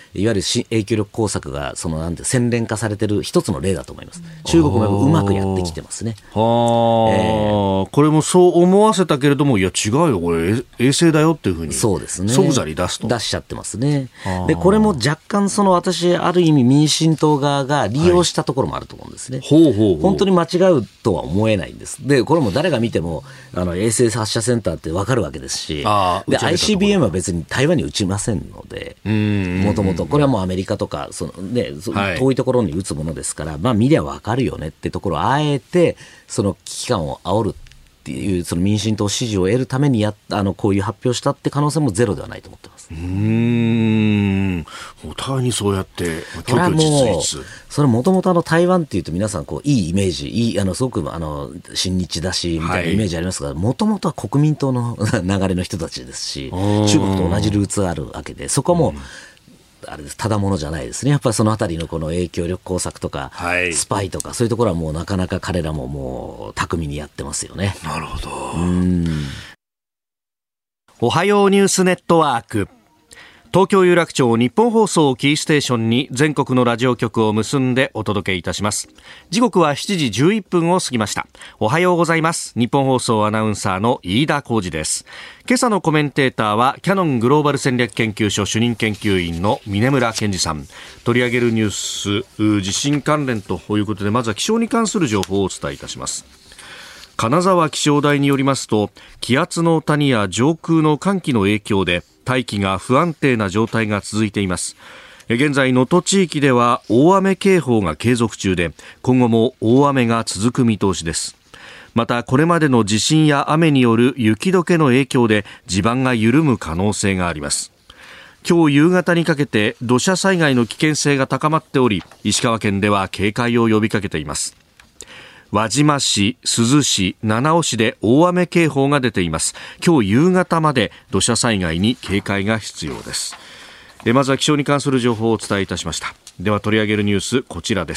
いわゆる影響力工作がそのなんて洗練化されている一つの例だと思います。中国もうまくやってきてますね。
はあ、えー、これもそう思わせたけれども、いや違うよ、これ衛星だよっていうふうに
そうですね、
即座に出すと
出しちゃってますね。でこれも若干その私ある意味民進党側が利用したところもあると思うんですね、はい、ほうほうほう、本当に間違うとは思えないんです。でこれも誰が見てもあの衛星発射センターって分かるわけですし、で アイシービーエム は別に台湾に撃ちませんので、もともとこれはもうアメリカとかその、ね、はい、遠いところに撃つものですから、まあ、見りゃ分かるよねってところをあえてその危機感を煽るっていうその民進党支持を得るためにやあのこういう発表したって可能性もゼロではないと思ってます。
うーん、お互いにそうやって
それはもうそれもともと台湾っていうと皆さんこういいイメージいいあのすごくあの親日だしみたいなイメージありますが、もともとは国民党の流れの人たちですし、中国と同じルーツがあるわけで、そこはもう、うん、あれです、ただものじゃないですね。やっぱりそのあたりのこの影響力工作とか、はい、スパイとかそういうところはもうなかなか彼らももう巧みにやってますよね。
なるほど。うん、おはようニュースネットワーク、東京有楽町日本放送キーステーションに全国のラジオ局を結んでお届けいたします。時刻はしちじじゅういっぷんを過ぎました。おはようございます。日本放送アナウンサーの飯田浩司です。今朝のコメンテーターはキヤノングローバル戦略研究所主任研究員の峰村健二さん。取り上げるニュース、地震関連ということで、まずは気象に関する情報をお伝えいたします。金沢気象台によりますと、気圧の谷や上空の寒気の影響で大気が不安定な状態が続いています。現在能登地域では大雨警報が継続中で、今後も大雨が続く見通しです。またこれまでの地震や雨による雪解けの影響で地盤が緩む可能性があります。今日夕方にかけて土砂災害の危険性が高まっており、石川県では警戒を呼びかけています。輪島市、珠洲市、七尾市で大雨警報が出ています。今日夕方まで土砂災害に警戒が必要です。えまずは気象に関する情報をお伝えいたしました。では取り上げるニュース、こちらです。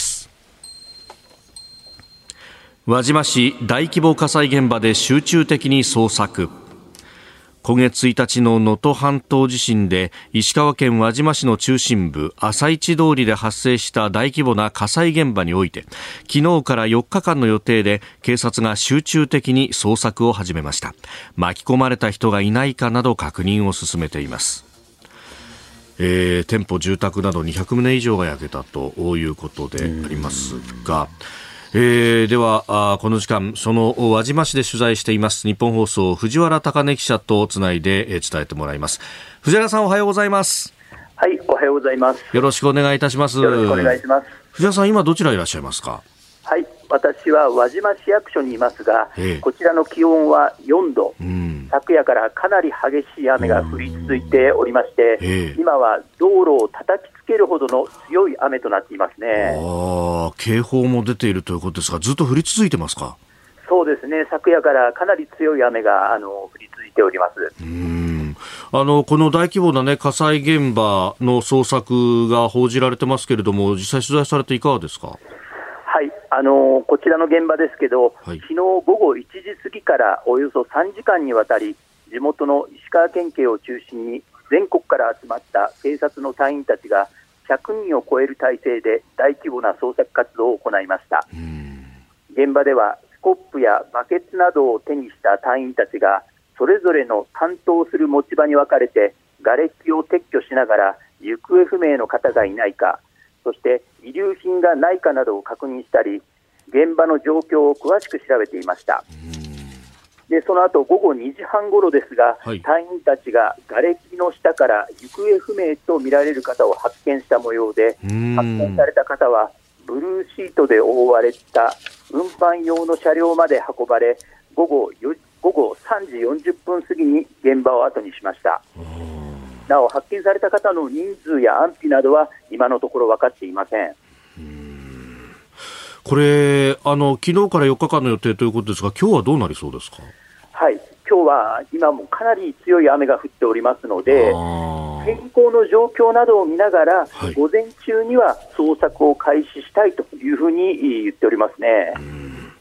輪島市大規模火災現場で集中的に捜索。今月ついたちの能登半島地震で石川県輪島市の中心部朝市通りで発生した大規模な火災現場において、昨日からよっかかんの予定で警察が集中的に捜索を始めました。巻き込まれた人がいないかなど確認を進めています。えー、店舗住宅などにひゃくとう以上が焼けたということでありますが、えー、ではあこの時間その輪島市で取材しています日本放送藤原貴根記者とつないで、えー、伝えてもらいます。藤原さん、おはようございます。
はい、おはようございます。
よろしくお願いいたします。
よろしくお願いします。
藤原さん、今どちらにいらっしゃいますか？
はい、私は輪島市役所にいますが、えー、こちらの気温はよんど、うん、昨夜からかなり激しい雨が降り続いておりまして、えー、今は道路を叩きつけるほどの強い雨となっていますね。
あ、警報も出ているということですが、ずっと降り続いてますか？
そうですね、昨夜からかなり強い雨があの降り続いております。
うーんあのこの大規模な、ね、火災現場の捜索が報じられてますけれども、実際取材されていかがですか？
はい、あのー、こちらの現場ですけど、はい、昨日午後いちじ過ぎからおよそさんじかんにわたり地元の石川県警を中心に全国から集まった警察の隊員たちがひゃくにんを超える体制で大規模な捜索活動を行いました。現場ではスコップやバケツなどを手にした隊員たちがそれぞれの担当する持ち場に分かれて瓦礫を撤去しながら行方不明の方がいないか、そして遺留品がないかなどを確認したり、現場の状況を詳しく調べていました。でその後午後にじはん頃ですが、はい、隊員たちが瓦礫の下から行方不明とみられる方を発見した模様で、発見された方はブルーシートで覆われた運搬用の車両まで運ばれ、午後よ午後さんじよんじゅっぷん過ぎに現場を後にしました。なお発見された方の人数や安否などは今のところ分かっていません。
うーんこれあの昨日からよっかかんの予定ということですが、今日はどうなりそうですか？
はい、今日は今もかなり強い雨が降っておりますので、天候の状況などを見ながら、はい、午前中には捜索を開始したいというふうに言っておりますね。
うん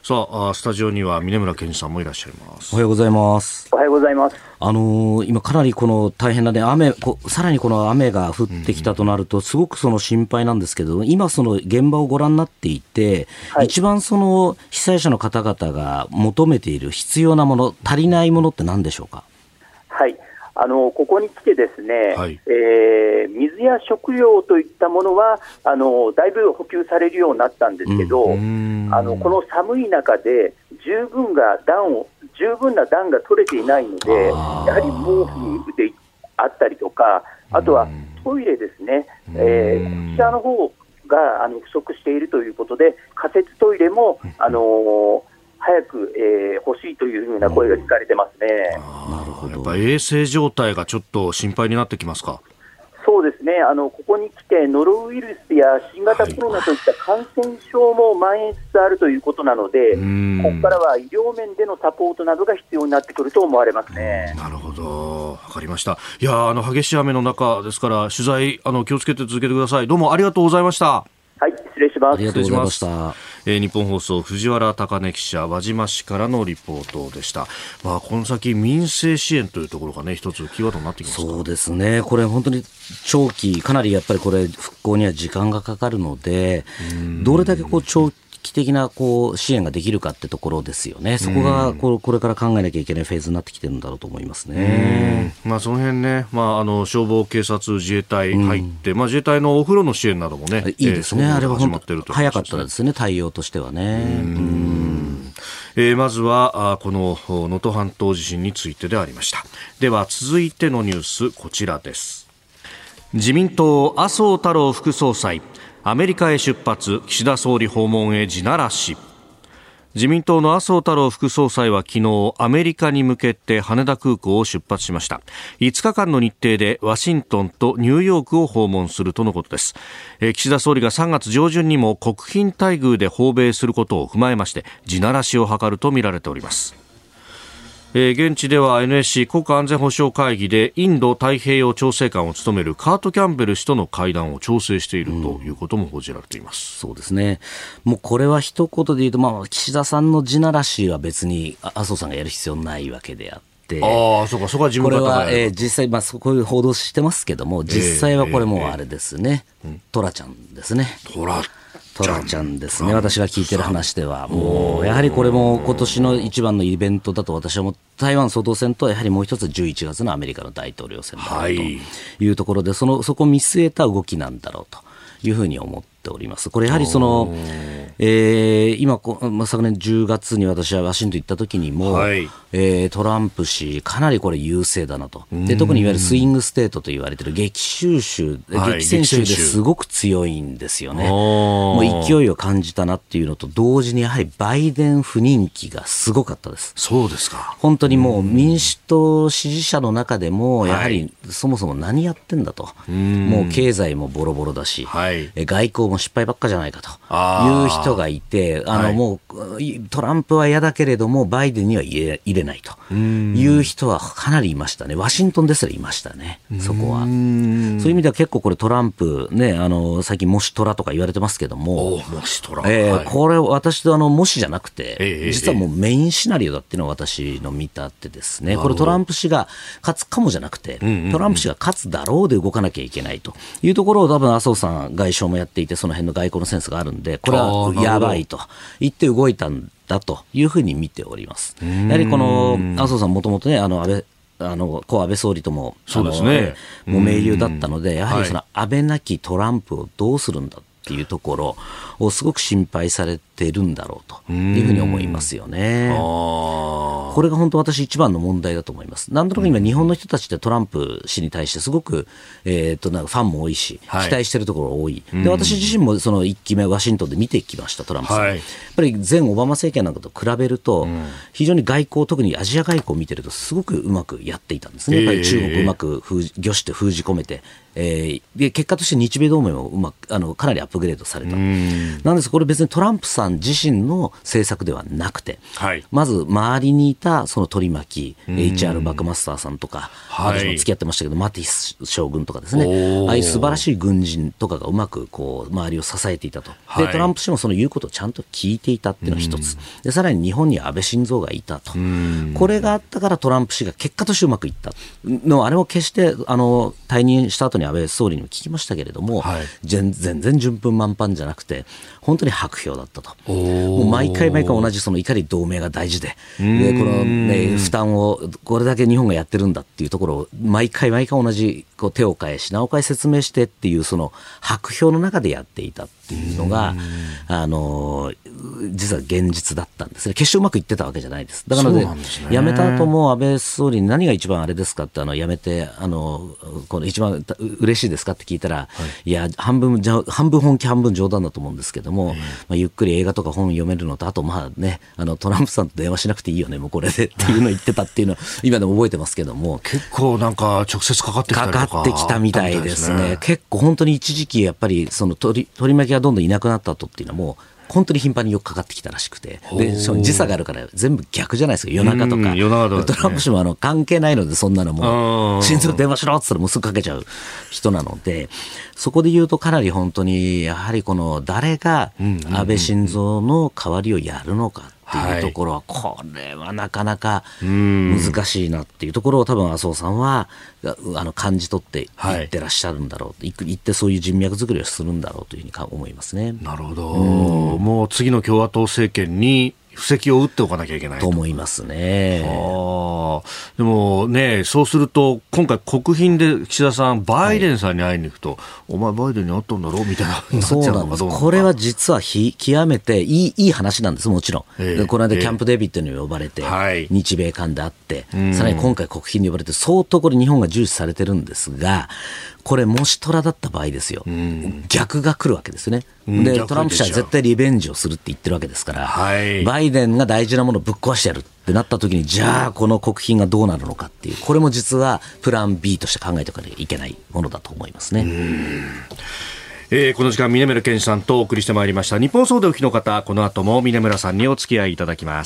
さあ、スタジオには峰村健二さんもいらっしゃいます。
おはようございます。
おはようございます。
あのー、今かなりこの大変なね、雨、こさらにこの雨が降ってきたとなると、すごくその心配なんですけど、今その現場をご覧になっていて、はい、一番その被災者の方々が求めている必要なもの、足りないものって何でしょうか。
はい。あのここに来てですね、
はい、
えー、水や食料といったものはあのだいぶ補給されるようになったんですけど、うん、あのこの寒い中で十分が暖を十分な暖が取れていないので、やはり毛布であったりとか、あとはトイレですね、えー、こちらの方があの不足しているということで、仮設トイレもあのー早く、えー、欲しいというふうな声が聞かれてますね。
なるほど。やっぱ衛生状態がちょっと心配になってきますか。
そうですね。あのここに来てノロウイルスや新型コロナといった感染症も蔓延しつつあるということなので、ここからは医療面でのサポートなどが必要になってくると思われますね。
なるほど、わかりました。いや、あの激しい雨の中ですから取材あの気をつけて続けてください。どうもありがとうございました。
はい、失礼します。
ありがとうございました。
えー、日本放送藤原貴根記者、輪島市からのリポートでした。まあ、この先民生支援というところがね、一つキーワードになってきますか。
そうですね。これ本当に長期、かなりやっぱりこれ復興には時間がかかるので、どれだけこう長期的なこう支援ができるかってところですよね。そこがこれから考えなきゃいけないフェーズになってきてるんだろうと思いますね。
まあ、その辺ね、まあ、あの消防、警察、自衛隊入って、まあ、自衛隊のお風呂の支援などもね、
いいですね。
えー、
あれは本当、
ね、
早かったですね、対応としてはね。うん、
えー、まずはあこの能登半島地震についてでありました。では続いてのニュース、こちらです。自民党麻生太郎副総裁、アメリカへ出発、岸田総理訪問へ地ならし。自民党の麻生太郎副総裁は昨日アメリカに向けて羽田空港を出発しました。いつかかんの日程でワシントンとニューヨークを訪問するとのことです。えー、岸田総理がさんがつ上旬にも国賓待遇で訪米することを踏まえまして地ならしを図るとみられております。えー、現地では エヌエスシー 国家安全保障会議でインド太平洋調整官を務めるカート・キャンベル氏との会談を調整しているということも報じられています。
うん、そうですね。もうこれは一言で言うと、まあ、岸田さんの地ならしは別に麻生さんがやる必要ないわけであって、
ああ、そうか、そこは自分
これは、えー、実際、まあ、こういう報道してますけども、実際はこれもうあれですね、えーえー、トラちゃんですね。
トラ
トラちゃんですね。私が聞いてる話では、もうやはりこれも今年の一番のイベントだと私は思って、台湾総統選とやはりもう一つじゅういちがつのアメリカの大統領選だろうというところで、そのそこを見据えた動きなんだろうというふうに思っております。これやはりその、えー、今こ、まあ、昨年じゅうがつに私はワシントン行った時にも、はい、えー、トランプ氏かなりこれ優勢だなと。で、特にいわゆるスイングステートと言われている激州州、はい、激戦州ですごく強いんですよね。もう勢いを感じたなっていうのと同時にやはりバイデン不人気がすごかったです。
そうですか。
本当にもう民主党支持者の中でもやはりそもそも何やってんだと、もう経済もボロボロだし、はい、外交も失敗ばっかじゃないかという人がいて、あの、はい、もうトランプは嫌だけれどもバイデンには入れ、入れないという人はかなりいましたね。ワシントンですらいましたね、そこは。そういう意味では結構これトランプね、あの最近もしトラとか言われてますけども、
おもしトラ、
えーはい、これ私とあのもしじゃなくて、
えー、
実はもうメインシナリオだっていうのは私の見たってですね、これトランプ氏が勝つかもじゃなくて、うんうんうん、トランプ氏が勝つだろうで動かなきゃいけないというところを多分麻生さん外相もやっていて、その辺の外交のセンスがあるんで、これはやばいと言って動いたんだというふうに見ております。やはりこの麻生さんもともとね、あの安倍あの故安倍総理とも
そうですね、
もう盟友だったので、やはりその安倍なきトランプをどうするんだっていうところをすごく心配されてるんだろうというふうに思いますよね。これが本当私一番の問題だと思います。なんとなく今日本の人たちってトランプ氏に対してすごく、えー、となんかファンも多いし、はい、期待してるところ多い。で、私自身もそのいっきめワシントンで見てきました、トランプさん、はい、やっぱり前オバマ政権なんかと比べると、うん、非常に外交、特にアジア外交を見てるとすごくうまくやっていたんですね。やっぱり中国うまく封じ、御して封じ込めて、えー、で結果として日米同盟もうまくあのかなりアップグレードされた。なんですこれ別にトランプささん自身の政策ではなくて、はい、まず周りにいたその取り巻き エイチアール バックマスターさんとか、はい、私も付き合ってましたけどマティス将軍とかですね、ああいう素晴らしい軍人とかがうまくこう周りを支えていたと、はい、でトランプ氏もその言うことをちゃんと聞いていたっていうのが一つで、さらに日本には安倍晋三がいたと、これがあったからトランプ氏が結果としてうまくいったの、あれも決してあの退任した後に安倍総理にも聞きましたけれども、はい、全然順風満帆じゃなくて本当に薄氷だったと。もう毎回毎回同じそのいかに同盟が大事で、でこの、ね、負担をこれだけ日本がやってるんだっていうところを毎回毎回同じこう手を変え品を変え説明してっていうその薄氷の中でやっていたっていうのがあの実は現実だったんですね。決してうまくいってたわけじゃないです。だからで、ね、辞めた後も安倍総理に何が一番あれですかってあの辞めてあのこの一番嬉しいですかって聞いたら、はい、いや半分じゃ半分本気半分冗談だと思うんですけども、まあ、ゆっくり映画とか本読めるのとあとまあねあのトランプさんと電話しなくていいよねもうこれでっていうのを言ってたっていうのは今でも覚えてますけども
結構なんか直接かかってきたりとか
かかってきたみたいですね。結構本当に一時期やっぱりその取り取り巻きがどんどんいなくなった後っていうのはもう本当に頻繁によくかかってきたらしくて、でその時差があるから全部逆じゃないですか。夜中とか、夜中とか、ね、トランプ氏もあの関係ないのでそんなのも心臓電話しろって言ったらもうすぐかけちゃう人なので、そこで言うとかなり本当にやはりこの誰が安倍晋三の代わりをやるのかっていうところは、これはなかなか難しいなっていうところを多分麻生さんはあの感じ取って言ってらっしゃるんだろう、はい、言ってそういう人脈作りをするんだろうというふうに思いますね。
なるほど、うん、もう次の共和党政権に布石を打っておかなきゃいけないと
思いますね。
あでもね、そうすると今回国賓で岸田さんバイデンさんに会いに行くと、はい、お前バイデンに会ったんだろうみたいななっちゃうのかどうなのか。
これは実はひ極めていい、いい話なんです。もちろん、えー、この間キャンプデービッドに呼ばれて、えー、日米韓で会って、はい、さらに今回国賓に呼ばれて相当これ日本が重視されてるんですが、これもしトラだった場合ですよ、うん、逆が来るわけですね。でトランプ氏は絶対リベンジをするって言ってるわけですから、はい、バイデンが大事なものをぶっ壊してやるってなった時に、じゃあこの国賓がどうなるのかっていう、これも実はプラン B として考えておかなきゃいけないものだと思いますね。うん、
えー、この時間峰村健一さんとお送りしてまいりました。日本総でお聞きの方、この後も峰村さんにお付き合いいただきます。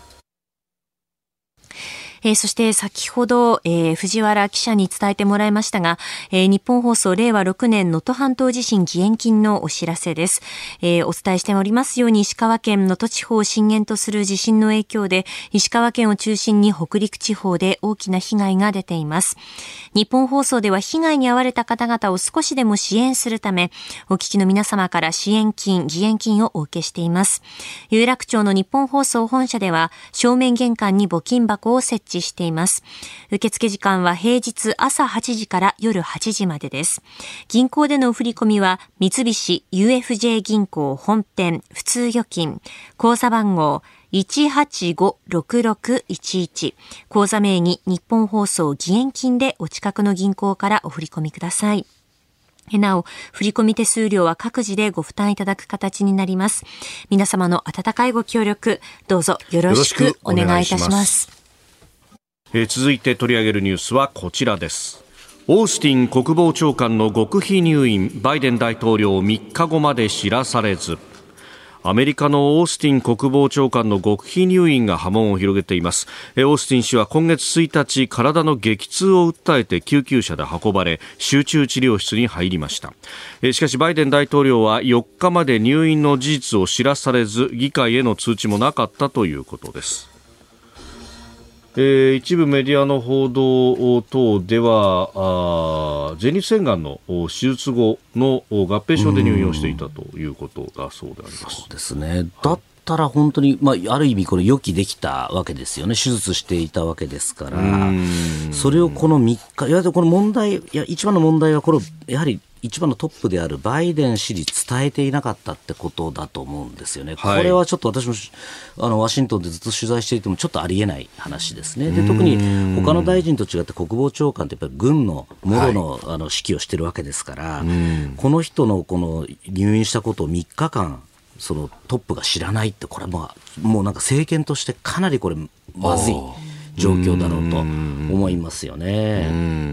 えー、そして先ほど、えー、藤原記者に伝えてもらいましたが、えー、日本放送れいわろくねん能登半島地震義援金のお知らせです。えー、お伝えしておりますように、石川県能登地方を震源とする地震の影響で、石川県を中心に北陸地方で大きな被害が出ています。日本放送では被害に遭われた方々を少しでも支援するため、お聞きの皆様から支援金、義援金をお受けしています。有楽町の日本放送本社では、正面玄関に募金箱を設置しています。受付時間は平日朝はちじから夜はちじまでです。銀行での振り込みは三菱 ユーエフジェー 銀行本店普通預金口座番号いちはちごろくろくいちいち、口座名に日本放送義援金でお近くの銀行からお振り込みください。なお、振込手数料は各自でご負担いただく形になります。皆様の温かいご協力、どうぞよろしくお願いいたします。
えー、続いて取り上げるニュースはこちらです。オースティン国防長官の極秘入院、バイデン大統領みっかごまで知らされず。アメリカのオースティン国防長官の極秘入院が波紋を広げています。オースティン氏は今月ついたち、体の激痛を訴えて救急車で運ばれ、集中治療室に入りました。しかしバイデン大統領はよっかまで入院の事実を知らされず、議会への通知もなかったということです。えー、一部メディアの報道等ではあ前立腺がんの手術後の合併症で入院をしていたということだそうであります。
そうですね。だったら本当に、まあ、ある意味これ予期できたわけですよね。手術していたわけですから、それをこのみっか、いやこの問題、いや一番の問題はこれやはり一番のトップであるバイデン氏に伝えていなかったってことだと思うんですよね。はい、これはちょっと私もあのワシントンでずっと取材していてもちょっとありえない話ですね。で特に他の大臣と違って国防長官ってやっぱり軍のもろの、はい、あの指揮をしているわけですから、この人のこの入院したことをみっかかんそのトップが知らないって、これはもう、もうなんか政権としてかなりこれまずい状況だろうと思いますよね。
うん、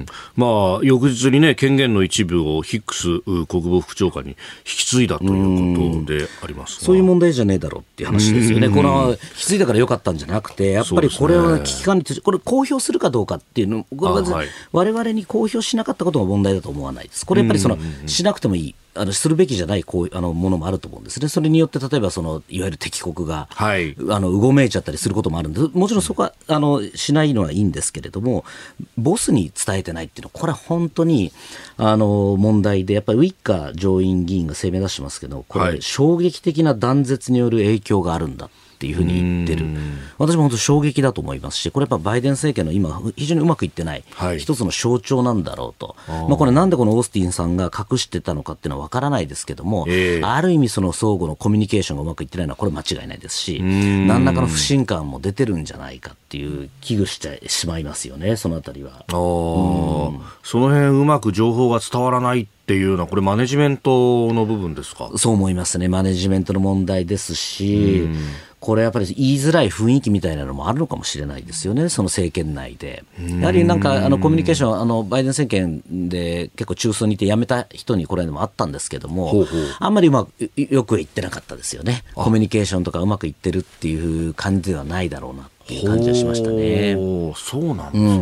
まあ、翌日に、ね、権限の一部をヒックス国防副長官に引き継いだということでありますが、
そういう問題じゃねえだろうっていう話ですよね。この引き継いだからよかったんじゃなくて、やっぱりこれを危機管理としてこれ公表するかどうかっていうの、これは我々に公表しなかったことが問題だと思わないです。これやっぱりそのしなくてもいい、あのするべきじゃないこうあのものもあると思うんですね。それによって例えばそのいわゆる敵国が、はい、あのうごめいちゃったりすることもあるんで、もちろんそこはあのしないのはいいんですけれども、ボスに伝えてないっていうのはこれは本当にあの問題で、やっぱりウィッカー上院議員が声明出してますけど、これ衝撃的な断絶による影響があるんだっていうふうに言ってる。私も本当衝撃だと思いますし、これやっぱバイデン政権の今非常にうまくいってない、はい、一つの象徴なんだろうと。あ、まあ、これなんでこのオースティンさんが隠してたのかっていうのはわからないですけども、えー、ある意味その相互のコミュニケーションがうまくいってないのはこれ間違いないですし、何らかの不信感も出てるんじゃないかっていう危惧してしまいますよね、そのあたりは。あ、
うん、その辺うまく情報が伝わらないっていうのはこれマネジメントの部分ですか？
そう思いますね。マネジメントの問題ですし、これやっぱり言いづらい雰囲気みたいなのもあるのかもしれないですよね、その政権内で。やはりなんかあのコミュニケーション、あのバイデン政権で結構中枢にいて辞めた人にこれでもあったんですけども、ほうほう、あんまりうまくよくいってなかったですよね。コミュニケーションとかうまくいってるっていう感じではないだろうなっていう感じがしましたね。
そうなんですね、うん、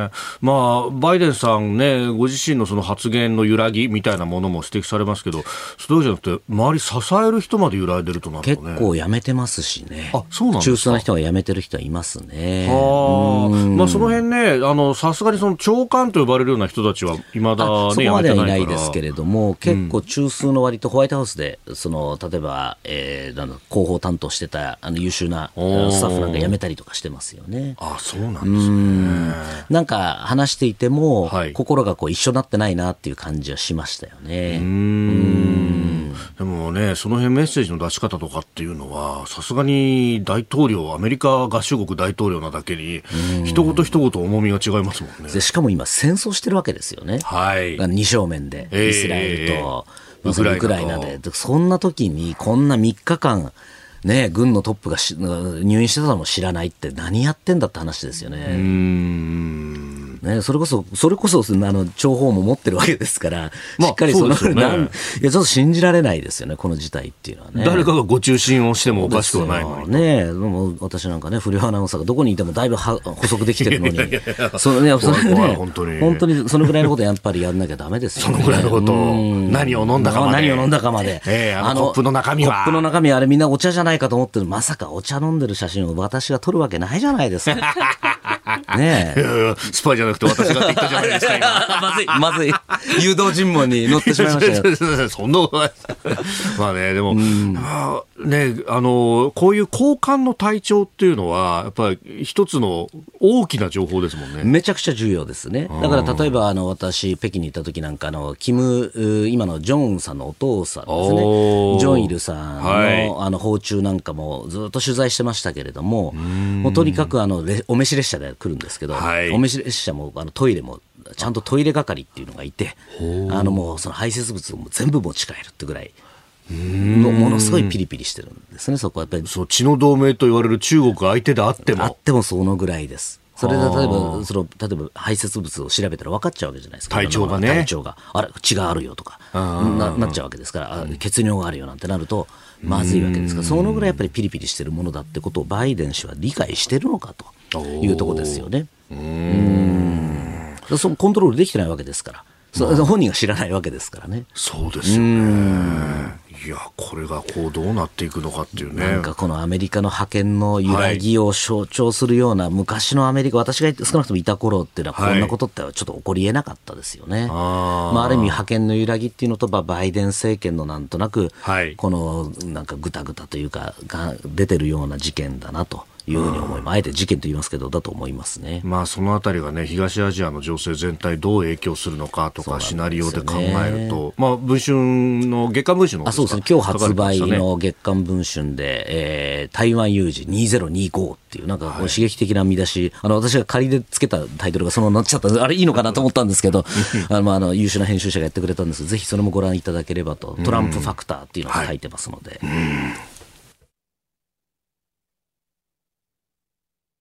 まあ、バイデンさんね、ご自身のその発言の揺らぎみたいなものも指摘されますけど、それじゃなくて周り支える人まで揺らいでるとなるとね、
結構辞めてますしね。
あ、そうなんですか。
中枢の人が辞めてる人はいますね。
は、まあ、その辺ね、あのさすがにその長官と呼ばれるような人たちはいまだ、ね、
そこまではいないですけれども、結構中枢の割とホワイトハウスでその例えば、えー、なんだ広報担当してたあの優秀なスタッフなんか辞めたりとかしてますよね。
あ、そうなんですね。
なんか話していても、はい、心がこう一緒になってないなっていう感じはしましたよね。うーん、
でもね、その辺メッセージの出し方とかっていうのはさすがに大統領、アメリカ合衆国大統領なだけに一言一言重みが違いますもんね。
でしかも今戦争してるわけですよね、はい、二正面でイスラエルと、えー、ウクライナで、そんな時にこんなみっかかんね、軍のトップがし入院してたのも知らないって何やってんだって話ですよね。うーん、ね、それこそそれこそあの情報も持ってるわけですから、まあ、しっかりその、そうですよね、なんいやちょっと信じられないですよね、この事態っていうのはね。
誰かがご中心をしてもおかしくはないのに
ね。でも私なんかね、不良アナウンサーがどこにいてもだいぶは補足できてるのにその、ね、それね、本当に本当にそのぐらいのことやっぱりやんなきゃダメですよね。
そのぐらいのことを何を飲んだかまで、
何を飲んだかまで、
えー、あのコップの中身は
コップの中身はあれみんなお茶じゃないかと思ってる。まさかお茶飲んでる写真を私が撮るわけないじゃないですかねえ
スパイじゃなくて私がって言ったじゃないですか今
まずいまずい誘導尋問に乗ってしまいましたよ
そんなまあね、でも、まあね、あのこういう高官の体調っていうのはやっぱり一つの大きな情報ですもんね。
めちゃくちゃ重要ですね。だから例えばあの私北京に行った時なんかのキム今のジョンウンさんのお父さんですね、ジョンイルさん の,、はい、あの訪中なんかもずっと取材してましたけれども、もうとにかくあのお召し列車で来るんですけど、はい、お召し列車もあのトイレもちゃんとトイレ係っていうのがいて、あのもうその排泄物を全部持ち帰るってぐらいのものすごいピリピリしてるんですね。そこはやっぱり
そう血の同盟と言われる中国相手であっても
あってもそのぐらいです。それで例えばその例えば排泄物を調べたら分かっちゃうわけじゃないですか。
体調がね、
体調があれ血があるよとか な, なっちゃうわけですから、血尿があるよなんてなるとまずいわけですから、そのぐらいやっぱりピリピリしてるものだってことをバイデン氏は理解してるのかというところですよね。うーん、そのコントロールできてないわけですから、まあ、本人が知らないわけですからね。
そうですよね。いやこれがこうどうなっていくのかっていうね。
なんかこのアメリカの覇権の揺らぎを象徴するような、はい、昔のアメリカ、私が少なくともいた頃っていうのはこんなことってちょっと起こりえなかったですよね。はい、あ, まあ、ある意味覇権の揺らぎっていうのとバイデン政権のなんとなく、はい、このなんかぐたぐたというかが出てるような事件だなというふうに思います。あえて事件と言いますけどだと思いますね。
まあ、そのあたりがね、東アジアの情勢全体どう影響するのかとかシナリオで考えると、まあ、文春の月刊文春の
あそうですね、今日発売の月刊文春で、えー、台湾有事にせんにじゅうごっていうなんかこう刺激的な見出し、はい、あの私が仮でつけたタイトルがそのままなっちゃった、あれいいのかなと思ったんですけどあのあの優秀な編集者がやってくれたんです。ぜひそれもご覧いただければと。トランプファクターっていうのが書いてますので、うん、はい、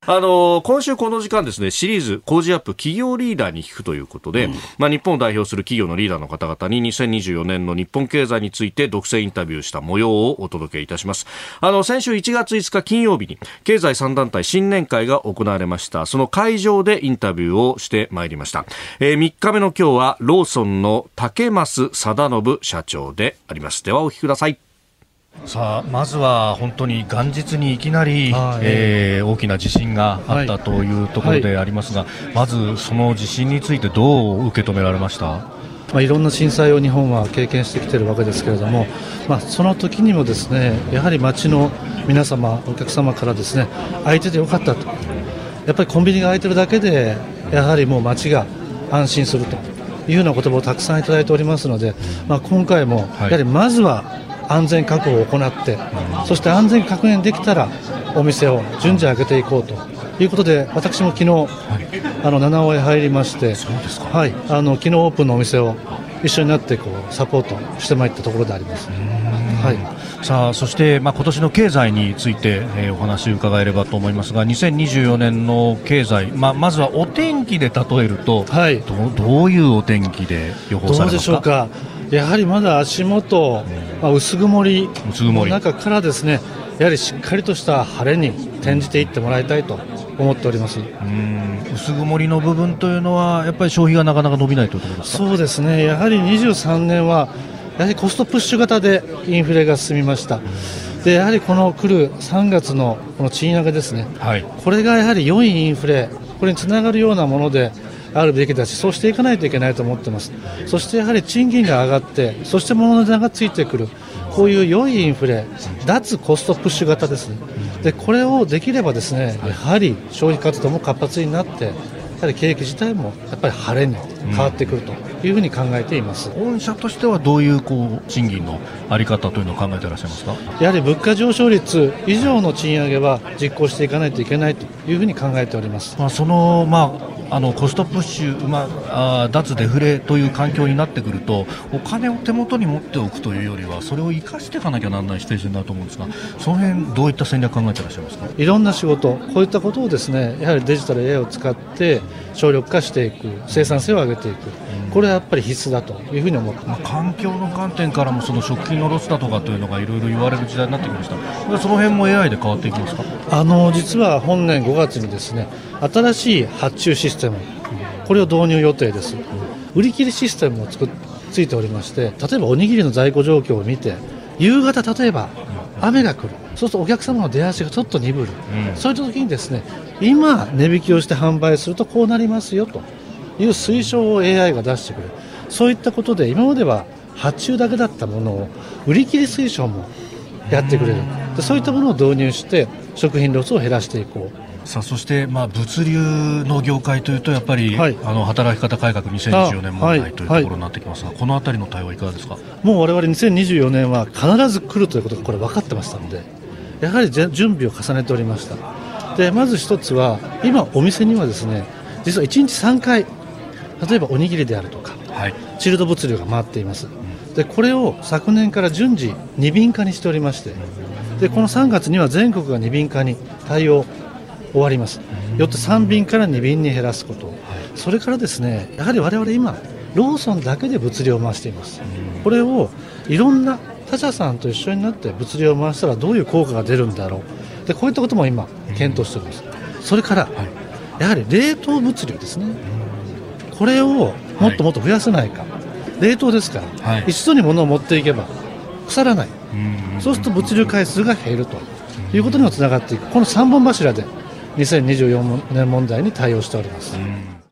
あの今週この時間ですね、シリーズ工事アップ企業リーダーに聞くということで、うん、まあ、日本を代表する企業のリーダーの方々ににせんにじゅうよねんの日本経済について独占インタビューした模様をお届けいたします。あの先週いちがついつか金曜日に経済さん団体新年会が行われました。その会場でインタビューをしてまいりました。えー、みっかめの今日はローソンの竹増貞信社長であります。ではお聞きください。さあまずは本当に元日にいきなり、はい、えー、大きな地震があったというところでありますが、はいはい、まずその地震についてどう受け止められました？
まあ、いろんな震災を日本は経験してきているわけですけれども、まあ、その時にもですね、やはり街の皆様お客様からですね、空いててよかったと、やっぱりコンビニが空いてるだけでやはりもう街が安心するというような言葉をたくさんいただいておりますので、まあ、今回もやはりまずは安全確保を行って、そして安全確認できたらお店を順次開けていこうということで、私も昨日、はい、あの七尾へ入りまして、
そうですか、
はい、あの昨日オープンのお店を一緒になってこうサポートしてまいったところであります。はい、
さあそして、まあ、今年の経済について、えー、お話を伺えればと思いますが、にせんにじゅうよねんの経済、まあ、まずはお天気で例えると、はい、ど, どういうお天気で予報されますか？どうでしょうか。
やはりまだ足元、まあ、薄曇りの中からですね、やはりしっかりとした晴れに転じていってもらいたいと思っております。
うーん、薄曇りの部分というのはやっぱり消費がなかなか伸びないというところですか？
そうですね、やはりにじゅうさんねんはやはりコストプッシュ型でインフレが進みました。でやはりこの来るさんがつのこの賃上げですね、はい、これがやはり良いインフレ、これにつながるようなものであるべきだし、そうしていかないといけないと思っています。そしてやはり賃金が上がって、そして物の値段がついてくる、こういう良いインフレ、脱コストプッシュ型ですね。でこれをできればですね、やはり消費活動も活発になって、やはり景気自体もやっぱり晴れに変わってくるというふうに考えています。
御社としてはどういうこう賃金の在り方というのを考えていらっしゃいますか？
やはり物価上昇率以上の賃上げは実行していかないといけないというふうに考えております。
まあ、その、まああのコストプッシュ、まあ、あ脱デフレという環境になってくると、お金を手元に持っておくというよりはそれを生かしていかなきゃならないシチュエーションになると思うんですが、その辺どういった戦略考えていらっしゃいますか？
いろんな仕事、こういったことをですね、やはりデジタル エーアイ を使って省力化していく、生産性を上げていく、これはやっぱり必須だというふうに思っています。
まあ、環境の観点からもその食品のロスだとかというのがいろいろ言われる時代になってきました。その辺も エーアイ で変わっていきますか？
あの実は本年ごがつにですね、新しい発注システム、これを導入予定です。売り切りシステムもつくついておりまして、例えばおにぎりの在庫状況を見て、夕方例えば雨が来る、そうするとお客様の出足がちょっと鈍る、うん、そういった時にですね、今値引きをして販売するとこうなりますよという推奨を エーアイ が出してくる。そういったことで今までは発注だけだったものを売り切り推奨もやってくれる。でそういったものを導入して食品ロスを減らしていこう。
さあそして、まあ、物流の業界というとやっぱり、はい、あの働き方改革にせんにじゅうよねん問題、はい、というところになってきますが、はい、このあたりの対応はいかがですか？
もう我々にせんにじゅうよねんは必ず来るということがこれ分かってましたので、やはり準備を重ねておりました。でまず一つは、今お店にはですね、実はいちにちさんかい、例えばおにぎりであるとか、はい、チルド物流が回っています。でこれを昨年から順次に便化にしておりまして、でこのさんがつには全国がに便化に対応終わります。よってさん便からに便に減らすこと、それからですね、やはり我々今ローソンだけで物流を回しています。これをいろんな他社さんと一緒になって物流を回したらどういう効果が出るんだろう、でこういったことも今検討しております。それからやはり冷凍物流ですね、これをもっともっと増やせないか、冷凍ですから、はい、一度に物を持っていけば腐らない、そうすると物流回数が減るということにもつながっていく、このさんぼん柱でにせんにじゅうよねん問題に対応しております。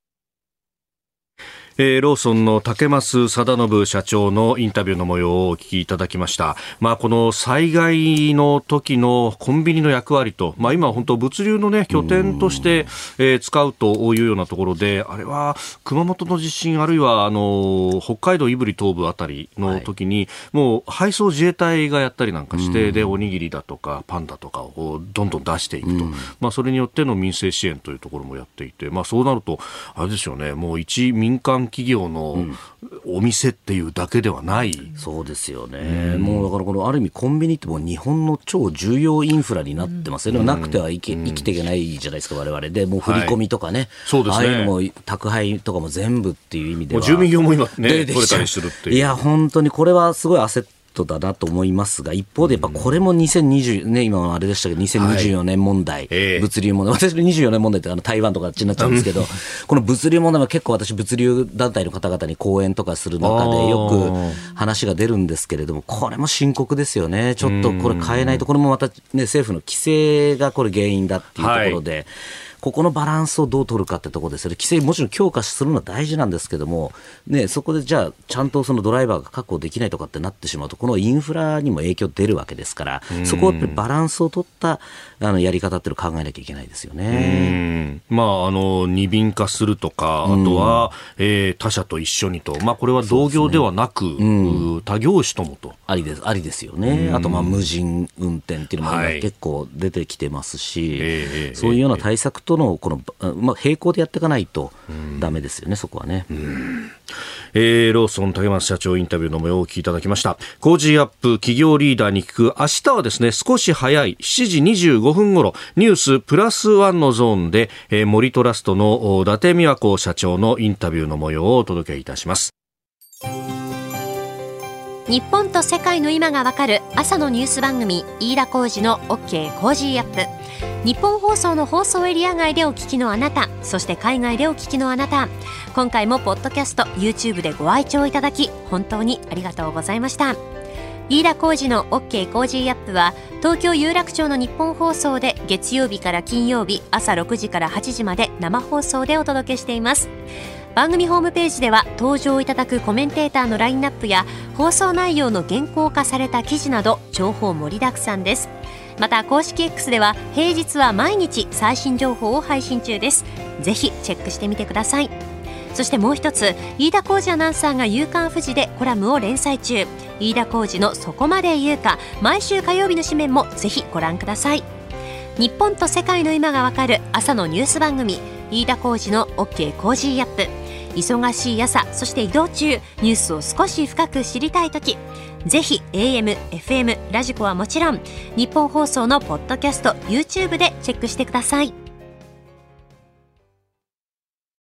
えー、ローソンの竹増貞信社長のインタビューの模様をお聞きいただきました。まあ、この災害の時のコンビニの役割と、まあ、今本当物流の、ね、拠点として、えー、使うというようなところで、あれは熊本の地震あるいはあの北海道胆振東部あたりの時に、はい、もう配送自衛隊がやったりなんかして、でおにぎりだとかパンだとかをどんどん出していくと、まあ、それによっての民生支援というところもやっていて、まあ、そうなるとあれですよね、もう一民間企業のお店っていうだけではない。
そうですよね、うん、もうだからこのある意味コンビニってもう日本の超重要インフラになってますよね、うん、なくては生き、生きていけないじゃないですか我々で。もう振り込みとかね、はい、
そうですね、
ああいうのも宅配とかも全部っていう意味では
もう住民票も今ね取れたりするっていう。
いや本当にこれはすごい焦ってだなと思いますが、一方でやっぱこれもにせんにじゅう、ね、今のあれでしたけどにせんにじゅうよねん問題、はいえー、物流問題、私のにじゅうよねん問題ってあの台湾とかあっちになっちゃうんですけどこの物流問題は結構私物流団体の方々に講演とかする中でよく話が出るんですけれども、これも深刻ですよね。ちょっとこれ変えないと、これもまた、ね、政府の規制がこれ原因だっていうところで、はいここのバランスをどう取るかってところですよね。規制もちろん強化するのは大事なんですけども、ね、そこでじゃあちゃんとそのドライバーが確保できないとかってなってしまうとこのインフラにも影響出るわけですから、そこをやっぱりバランスを取ったあのやり方っていうのを考えなきゃいけないですよね。
うん、まあ、あの二便化するとか、あとは、えー、他社と一緒にと、まあ、これは同業ではなく、ね、他業種ともと
ありです、ありですよね。あとまあ無人運転っていうのも今結構出てきてますし、はいえー、そういうような対策とのこの、まあ、並行でやっていかないとダメですよね、そこはね。
うんえー、ローソン竹松社長インタビューの模様をお聞きいただきました。コージーアップ企業リーダーに聞く。明日はですね少し早いしちじにじゅうごふん頃ニュースプラスワンのゾーンで、えー、森トラストの伊達美和子社長のインタビューの模様をお届けいたします。
日本と世界の今がわかる朝のニュース番組飯田浩司の OK コージーアップ。日本放送の放送エリア外でお聞きのあなた、そして海外でお聞きのあなた、今回もポッドキャスト YouTube でご愛聴いただき本当にありがとうございました。飯田浩司の OK コージーアップは東京有楽町の日本放送で月曜日から金曜日朝ろくじからはちじまで生放送でお届けしています。番組ホームページでは登場いただくコメンテーターのラインナップや放送内容の原稿化された記事など情報盛りだくさんです。また公式 X では平日は毎日最新情報を配信中です。ぜひチェックしてみてください。そしてもう一つ、飯田浩司アナウンサーが夕刊フジでコラムを連載中、飯田浩司のそこまで言うか、毎週火曜日の紙面もぜひご覧ください。日本と世界の今がわかる朝のニュース番組飯田浩司の OK コージーアップ。忙しい朝、そして移動中、ニュースを少し深く知りたいとき、ぜひ エーエム、エフエム、ラジコはもちろん日本放送のポッドキャスト YouTube でチェックしてください。